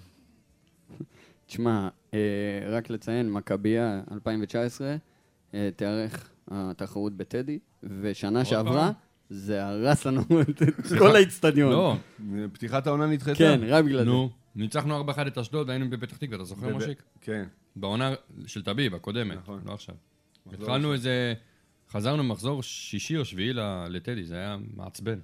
תשמע, אה, רק לציין, מכבייה אלפיים תשע עשרה אה, תארך התחרות בטדי, ושנה שעברה זה הרס לנו את כל האצטדיון. לא, פתיחת העונה נדחתה. כן, רק בגלל זה. נו, ניצחנו ארבע אחד את אשדוד והיינו בפתח תקווה, אתה זוכר מושיק? כן. בעונה של טביב, הקודמת, נכון. לא עכשיו. התחלנו איזה, חזרנו מחזור שישי או שביעי ל- לטדי, זה היה מעצבן.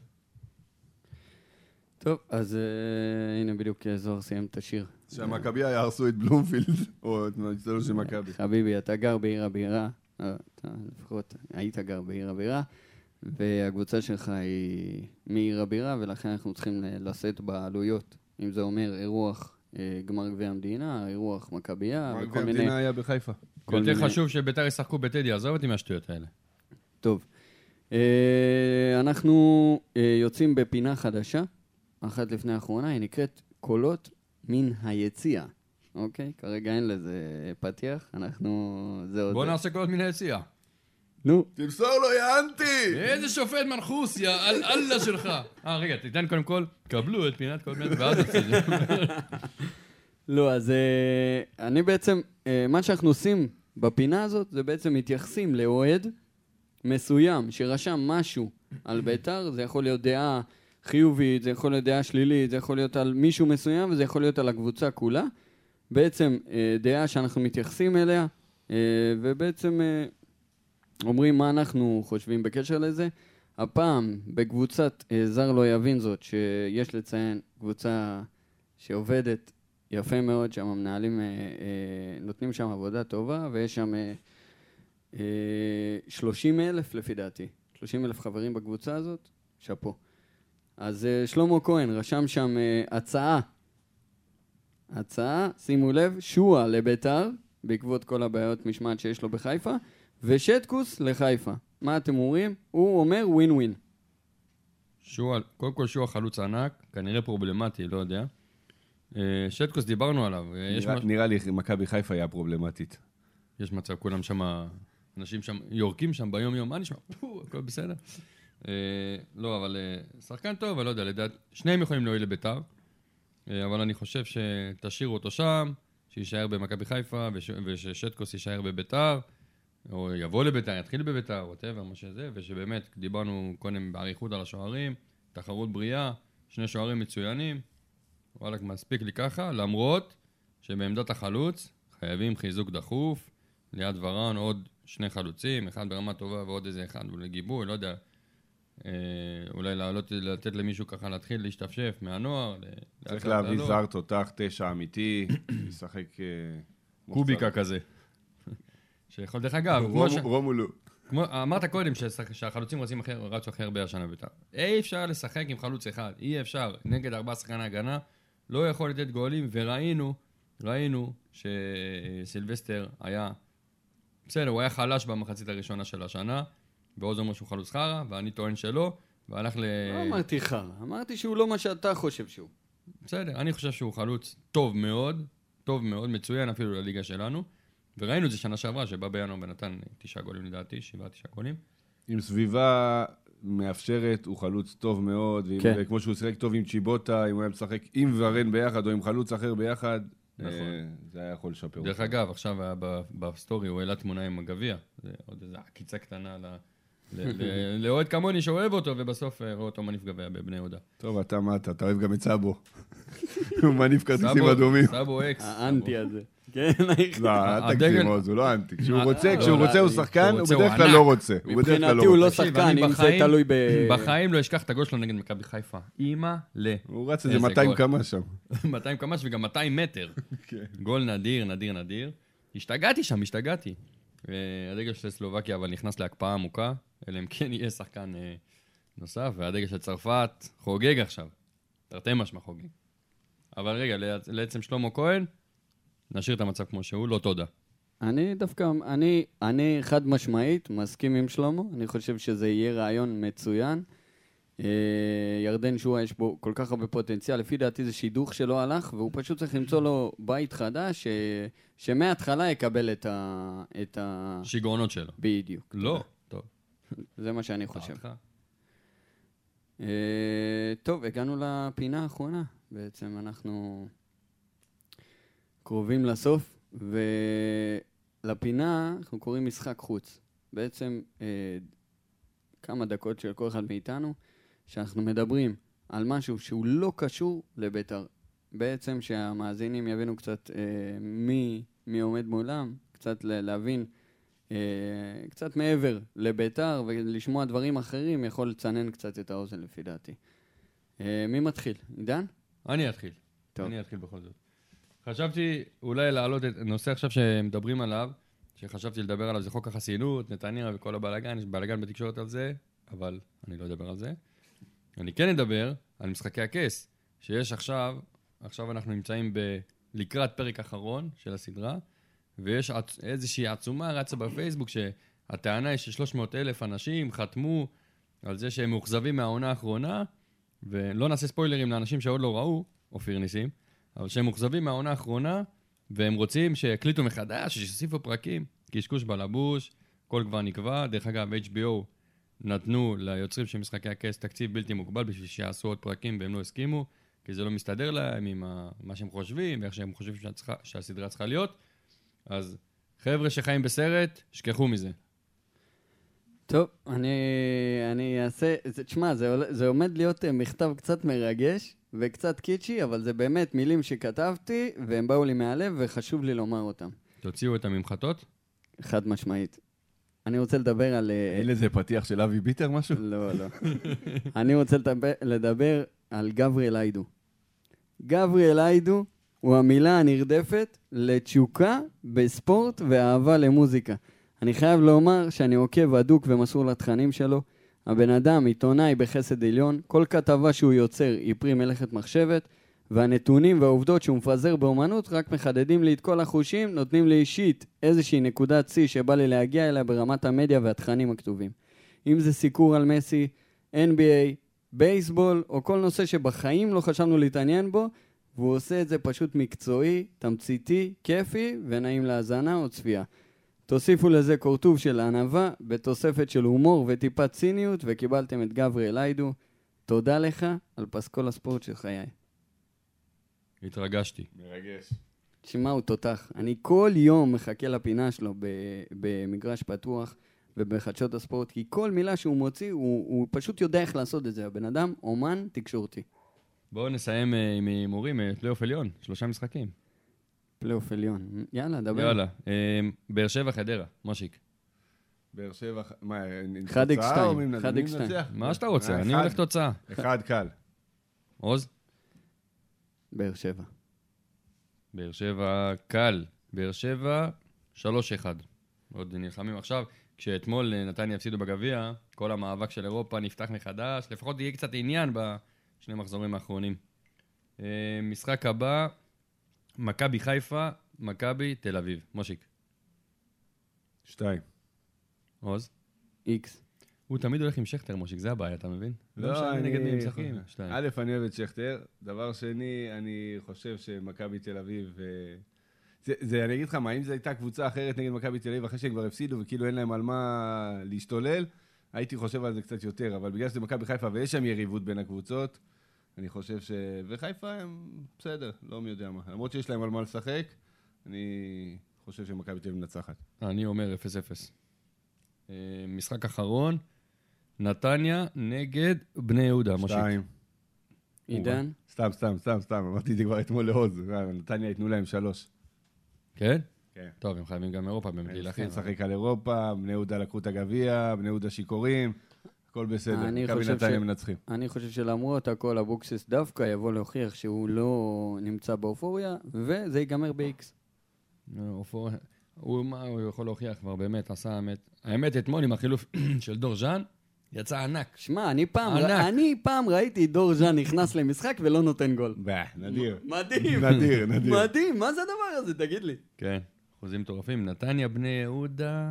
טוב, אז אה, הנה בדיוק זוהר סיים את השיר. שהמכביה יהרסו את בלומפילד, או את האצטדיון של מכבי. חביבי, אתה גר בעיר הבירה, אה, אתה לפחות היית גר בעיר הבירה, והקבוצה שלך היא מעיר הבירה, ולכן אנחנו צריכים לשאת בעלויות. אם זה אומר אירוח אה, גמר גביע המדינה, אירוח מכבייה, גביע וכל מיני... המדינה היה בחיפה. כל יותר מיני- חשוב שביתר ישחקו בטדי, עזוב אותי מהשטויות האלה. טוב, אה, אנחנו אה, יוצאים בפינה חדשה, אחת לפני האחרונה, היא נקראת קולות מן היציאה. אוקיי? כרגע אין לזה פתיח, אנחנו... זה עוד... בוא נעשה קולות מן היציאה. נו, תמסור לו, יא אנטי! איזה שופט מנחוס, יא על אללה שלך. אה, רגע, תיתן קודם כל, קבלו את פינת קולות מן היציאה, ואז נעשה את זה. לא, אז אה, אני בעצם, אה, מה שאנחנו עושים בפינה הזאת, זה בעצם מתייחסים לאוהד מסוים שרשם משהו על ביתר, זה יכול להיות דעה חיובית, זה יכול להיות דעה שלילית, זה יכול להיות על מישהו מסוים, וזה יכול להיות על הקבוצה כולה. בעצם אה, דעה שאנחנו מתייחסים אליה, אה, ובעצם אה, אומרים מה אנחנו חושבים בקשר לזה. הפעם, בקבוצת אה, זר לא יבין זאת, שיש לציין קבוצה שעובדת יפה מאוד, שם המנהלים אה, אה, נותנים שם עבודה טובה, ויש שם אה, אה, שלושים אלף לפי דעתי, שלושים אלף חברים בקבוצה הזאת, שפו. אז אה, שלמה כהן רשם שם אה, הצעה, הצעה, שימו לב, שועה לביתר, בעקבות כל הבעיות משמעת שיש לו בחיפה, ושטקוס לחיפה. מה אתם אומרים? הוא אומר ווין ווין. שועה, קודם כל שועה חלוץ ענק, כנראה פרובלמטי, לא יודע. שטקוס דיברנו עליו. נראה, מש... נראה לי מכבי חיפה היה פרובלמטית. יש מצב, כולם שם, אנשים שם, יורקים שם ביום יום, מה נשמע? הכל בסדר. לא, אבל שחקן טוב, אני לא יודע, לדעת, שניהם יכולים להועיל לביתר, אבל אני חושב שתשאירו אותו שם, שישאר במכבי חיפה, וששטקוס יישאר בביתר, או יבוא לביתר, יתחיל בביתר, whatever, מה שזה, ושבאמת, דיברנו קודם בעריכות על השוערים, תחרות בריאה, שני שוערים מצוינים, וואלק, מספיק לי ככה, למרות שבעמדת החלוץ חייבים חיזוק דחוף, ליד ורן עוד שני חלוצים, אחד ברמה טובה ועוד איזה אחד לגיבוי, לא יודע, אה, אולי לעלות, לתת למישהו ככה להתחיל להשתפשף מהנוער. צריך להביא זר תותח, תשע אמיתי, לשחק... קוביקה כזה. שיכול דרך אגב, רומולו. אמרת קודם שהחלוצים רצים רצו הכי הרבה השנה בית"ר. אי אפשר לשחק עם חלוץ אחד, אי אפשר, נגד ארבעה שחקני הגנה, לא יכול לתת גולים, וראינו, ראינו שסילבסטר היה, בסדר, הוא היה חלש במחצית הראשונה של השנה, ועוז אומר שהוא חלוץ חרה, ואני טוען שלא, והלך ל... לא אמרתי חרה, אמרתי שהוא לא מה שאתה חושב שהוא. בסדר, אני חושב שהוא חלוץ טוב מאוד, טוב מאוד, מצוין אפילו לליגה שלנו, וראינו את זה שנה שעברה, שבא בינואר ונתן תשעה גולים לדעתי, שבעה, תשעה גולים. עם סביבה מאפשרת, הוא חלוץ טוב מאוד, כן. וכמו שהוא שיחק טוב עם צ'יבוטה, אם הוא היה משחק עם ורן ביחד, או עם חלוץ אחר ביחד, נכון. זה היה יכול לשפר. דרך אותו. אגב, עכשיו היה בסטורי, הוא העלה תמונה עם הגביע, זה עוד איזו עקיצה קטנה ל... לאוהד כמוני שאוהב אותו, ובסוף רואה אותו מניף גביע בבני יהודה. טוב, אתה מה אתה? אתה אוהב גם את סאבו. הוא מניף כרטיסים אדומים. סאבו אקס. האנטי הזה. כן, לא, אל תקדים עוד, הוא לא אנטי. כשהוא רוצה, כשהוא רוצה הוא שחקן, הוא בדרך כלל לא רוצה. מבחינתי הוא לא שחקן, אם זה תלוי ב... בחיים לא אשכח את הגול שלו נגד מכבי חיפה. אימא ל... הוא רץ איזה מאתיים קמ"ש שם. מאתיים קמ"ש וגם מאתיים מטר. גול נדיר, נדיר, נדיר. השתגעתי שם, השתגעתי. הדגל של סלובקיה אבל נכנס להקפאה עמוקה, אלא אם כן יהיה שחקן נוסף, והדגל של צרפת חוגג עכשיו. תרתי משמע חוגג. אבל רגע, לעצם שלמה כהן, נשאיר את המצב כמו שהוא, לא תודה. אני דווקא, אני, אני חד משמעית מסכים עם שלמה, אני חושב שזה יהיה רעיון מצוין. ירדן שועה יש בו כל כך הרבה פוטנציאל, לפי דעתי זה שידוך שלא הלך, והוא פשוט צריך למצוא לו בית חדש, שמההתחלה יקבל את ה... את ה... שיגעונות שלו. בדיוק. לא, טוב. זה מה שאני חושב. טוב, הגענו לפינה האחרונה, בעצם אנחנו קרובים לסוף, ולפינה אנחנו קוראים משחק חוץ. בעצם כמה דקות של כל אחד מאיתנו, שאנחנו מדברים על משהו שהוא לא קשור לבית"ר. בעצם שהמאזינים יבינו קצת אה, מי, מי עומד מולם, קצת להבין אה, קצת מעבר לבית"ר, ולשמוע דברים אחרים יכול לצנן קצת את האוזן לפי דעתי. אה, מי מתחיל? עידן? אני אתחיל. טוב. אני אתחיל בכל זאת. חשבתי אולי להעלות את נושא עכשיו שמדברים עליו, שחשבתי לדבר עליו, זה חוק החסינות, נתניה וכל הבלגן, יש בלגן בתקשורת על זה, אבל אני לא אדבר על זה. אני כן אדבר על משחקי הכס, שיש עכשיו, עכשיו אנחנו נמצאים ב- לקראת פרק אחרון של הסדרה, ויש עצ- איזושהי עצומה רצה בפייסבוק, שהטענה היא ש-שלוש מאות אלף אנשים חתמו על זה שהם מאוכזבים מהעונה האחרונה, ולא נעשה ספוילרים לאנשים שעוד לא ראו, אופיר ניסים, אבל שהם מאוכזבים מהעונה האחרונה, והם רוצים שיקליטו מחדש, שיוסיפו פרקים, קשקוש בלבוש, כל כבר נקבע. דרך אגב, אייץ' בי או נתנו ליוצרים של משחקי הכס תקציב בלתי מוגבל בשביל שיעשו עוד פרקים, והם לא הסכימו, כי זה לא מסתדר להם עם מה שהם חושבים, ואיך שהם חושבים שהצריכה, שהסדרה צריכה להיות. אז חבר'ה שחיים בסרט, שכחו מזה. טוב, אני, אני אעשה, זה, תשמע, זה, זה עומד להיות מכתב קצת מרגש וקצת קיצ'י, אבל זה באמת מילים שכתבתי, והם באו לי מהלב, וחשוב לי לומר אותם. תוציאו את הממחטות? חד משמעית. אני רוצה לדבר על... אין לזה פתיח של אבי ביטר משהו? לא, לא. אני רוצה לדבר, לדבר על גבריאל איידו. גבריאל איידו הוא המילה הנרדפת לתשוקה בספורט ואהבה למוזיקה. אני חייב לומר שאני עוקב הדוק ומסור לתכנים שלו. הבן אדם עיתונאי בחסד עליון, כל כתבה שהוא יוצר היא פרי מלאכת מחשבת, והנתונים והעובדות שהוא מפזר באומנות רק מחדדים לי את כל החושים, נותנים לי אישית איזושהי נקודת צי שבא לי להגיע אליה ברמת המדיה והתכנים הכתובים. אם זה סיקור על מסי, אן בי איי, בייסבול, או כל נושא שבחיים לא חשבנו להתעניין בו, והוא עושה את זה פשוט מקצועי, תמציתי, כיפי ונעים להאזנה או צפייה. תוסיפו לזה קורטוב של ענווה, בתוספת של הומור וטיפת ציניות, וקיבלתם את גבריאל איידו. תודה לך על פסקול הספורט של חיי. התרגשתי. מרגש. תשמע, הוא תותח. אני כל יום מחכה לפינה שלו במגרש פתוח ובחדשות הספורט, כי כל מילה שהוא מוציא, הוא, הוא פשוט יודע איך לעשות את זה. הבן אדם אומן תקשורתי. בואו נסיים uh, עם הימורים, uh, פלייאוף עליון, שלושה משחקים. פלייאוף עליון. יאללה, דבר. יאללה. Uh, באר שבע חדרה, מושיק. באר שבע, מה, אחד אקס תוצאה או שתיים, מי אחד אקס שתיים. מנצח? מה שאתה רוצה, אה, אני אחד. הולך תוצאה. אחד קל. עוז? באר שבע. באר שבע קל. באר שבע, שלוש אחד. עוד נלחמים עכשיו. כשאתמול נתניה הפסידו בגביע, כל המאבק של אירופה נפתח מחדש. לפחות יהיה קצת עניין בשני מחזורים האחרונים. אה, משחק הבא, מכבי חיפה, מכבי תל אביב. מושיק. שתיים. עוז? איקס. הוא תמיד הולך עם שכטר, מושיק, זה הבעיה, אתה מבין? לא, משנה אני... נגד מי משחקים. שתיים. א', אני אוהב את שכטר. דבר שני, אני חושב שמכבי תל אביב... זה, זה, אני אגיד לך מה, אם זו הייתה קבוצה אחרת נגד מכבי תל אביב, אחרי שהם כבר הפסידו וכאילו אין להם על מה להשתולל, הייתי חושב על זה קצת יותר, אבל בגלל שזה מכבי חיפה ויש שם יריבות בין הקבוצות, אני חושב ש... וחיפה הם בסדר, לא מי יודע מה. למרות שיש להם על מה לשחק, אני חושב שמכבי תל אביב מנצחת. אני אומר אפס אפס. משחק אחרון, נתניה נגד בני יהודה, מושיק. שתיים. עידן? סתם, סתם, סתם, סתם, אמרתי את זה כבר אתמול לעוז, נתניה ייתנו להם שלוש. כן? כן. טוב, הם חייבים גם אירופה באמת הם להילחם. צריכים לשחק על אירופה, בני יהודה לקחו את הגביע, בני יהודה שיכורים, הכל בסדר, אני מכבי חושב נתניה ש- מנצחים. אני חושב שלמרות הכל אבוקסיס דווקא יבוא להוכיח שהוא לא נמצא באופוריה, וזה ייגמר ב-X. אופור- הוא מה הוא יכול להוכיח כבר באמת, עשה האמת. האמת, אתמול עם החילוף של דור ז'אן, יצא ענק. שמע, אני פעם, ענק. אני פעם ראיתי דור ז'אן נכנס למשחק ולא נותן גול. בה, נדיר. מדהים. נדיר, נדיר. מדהים, מה זה הדבר הזה? תגיד לי. כן, חוזים מטורפים. נתניה, בני יהודה...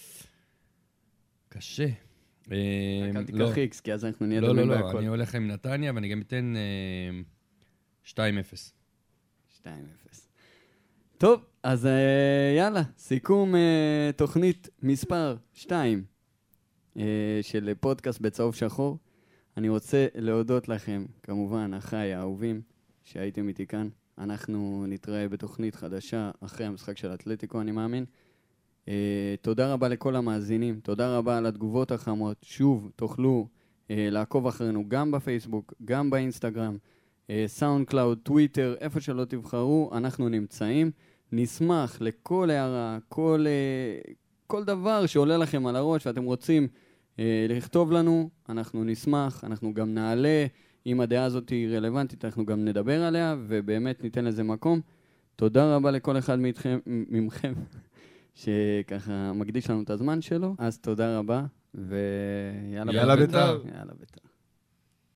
קשה. אה, רק אל לא. תיקח איקס, כי אז אנחנו נהיה לא, לא, דומים לא, בהכל. אני הולך עם נתניה ואני גם אתן אה, שתיים אפס. שתיים אפס. טוב, אז אה, יאללה, סיכום אה, תוכנית מספר שתיים אה, של פודקאסט בצהוב שחור. אני רוצה להודות לכם, כמובן, אחיי האהובים, שהייתם איתי כאן. אנחנו נתראה בתוכנית חדשה אחרי המשחק של אתלטיקו, אני מאמין. Uh, תודה רבה לכל המאזינים, תודה רבה על התגובות החמות. שוב, תוכלו uh, לעקוב אחרינו גם בפייסבוק, גם באינסטגרם, uh, סאונד קלאוד, טוויטר, איפה שלא תבחרו, אנחנו נמצאים. נשמח לכל הערה, כל, uh, כל דבר שעולה לכם על הראש ואתם רוצים uh, לכתוב לנו, אנחנו נשמח, אנחנו גם נעלה, אם הדעה הזאת היא רלוונטית, אנחנו גם נדבר עליה ובאמת ניתן לזה מקום. תודה רבה לכל אחד מכם, ממכם. שככה מקדיש לנו את הזמן שלו, אז תודה רבה, ויאללה יאללה בית"ר. יאללה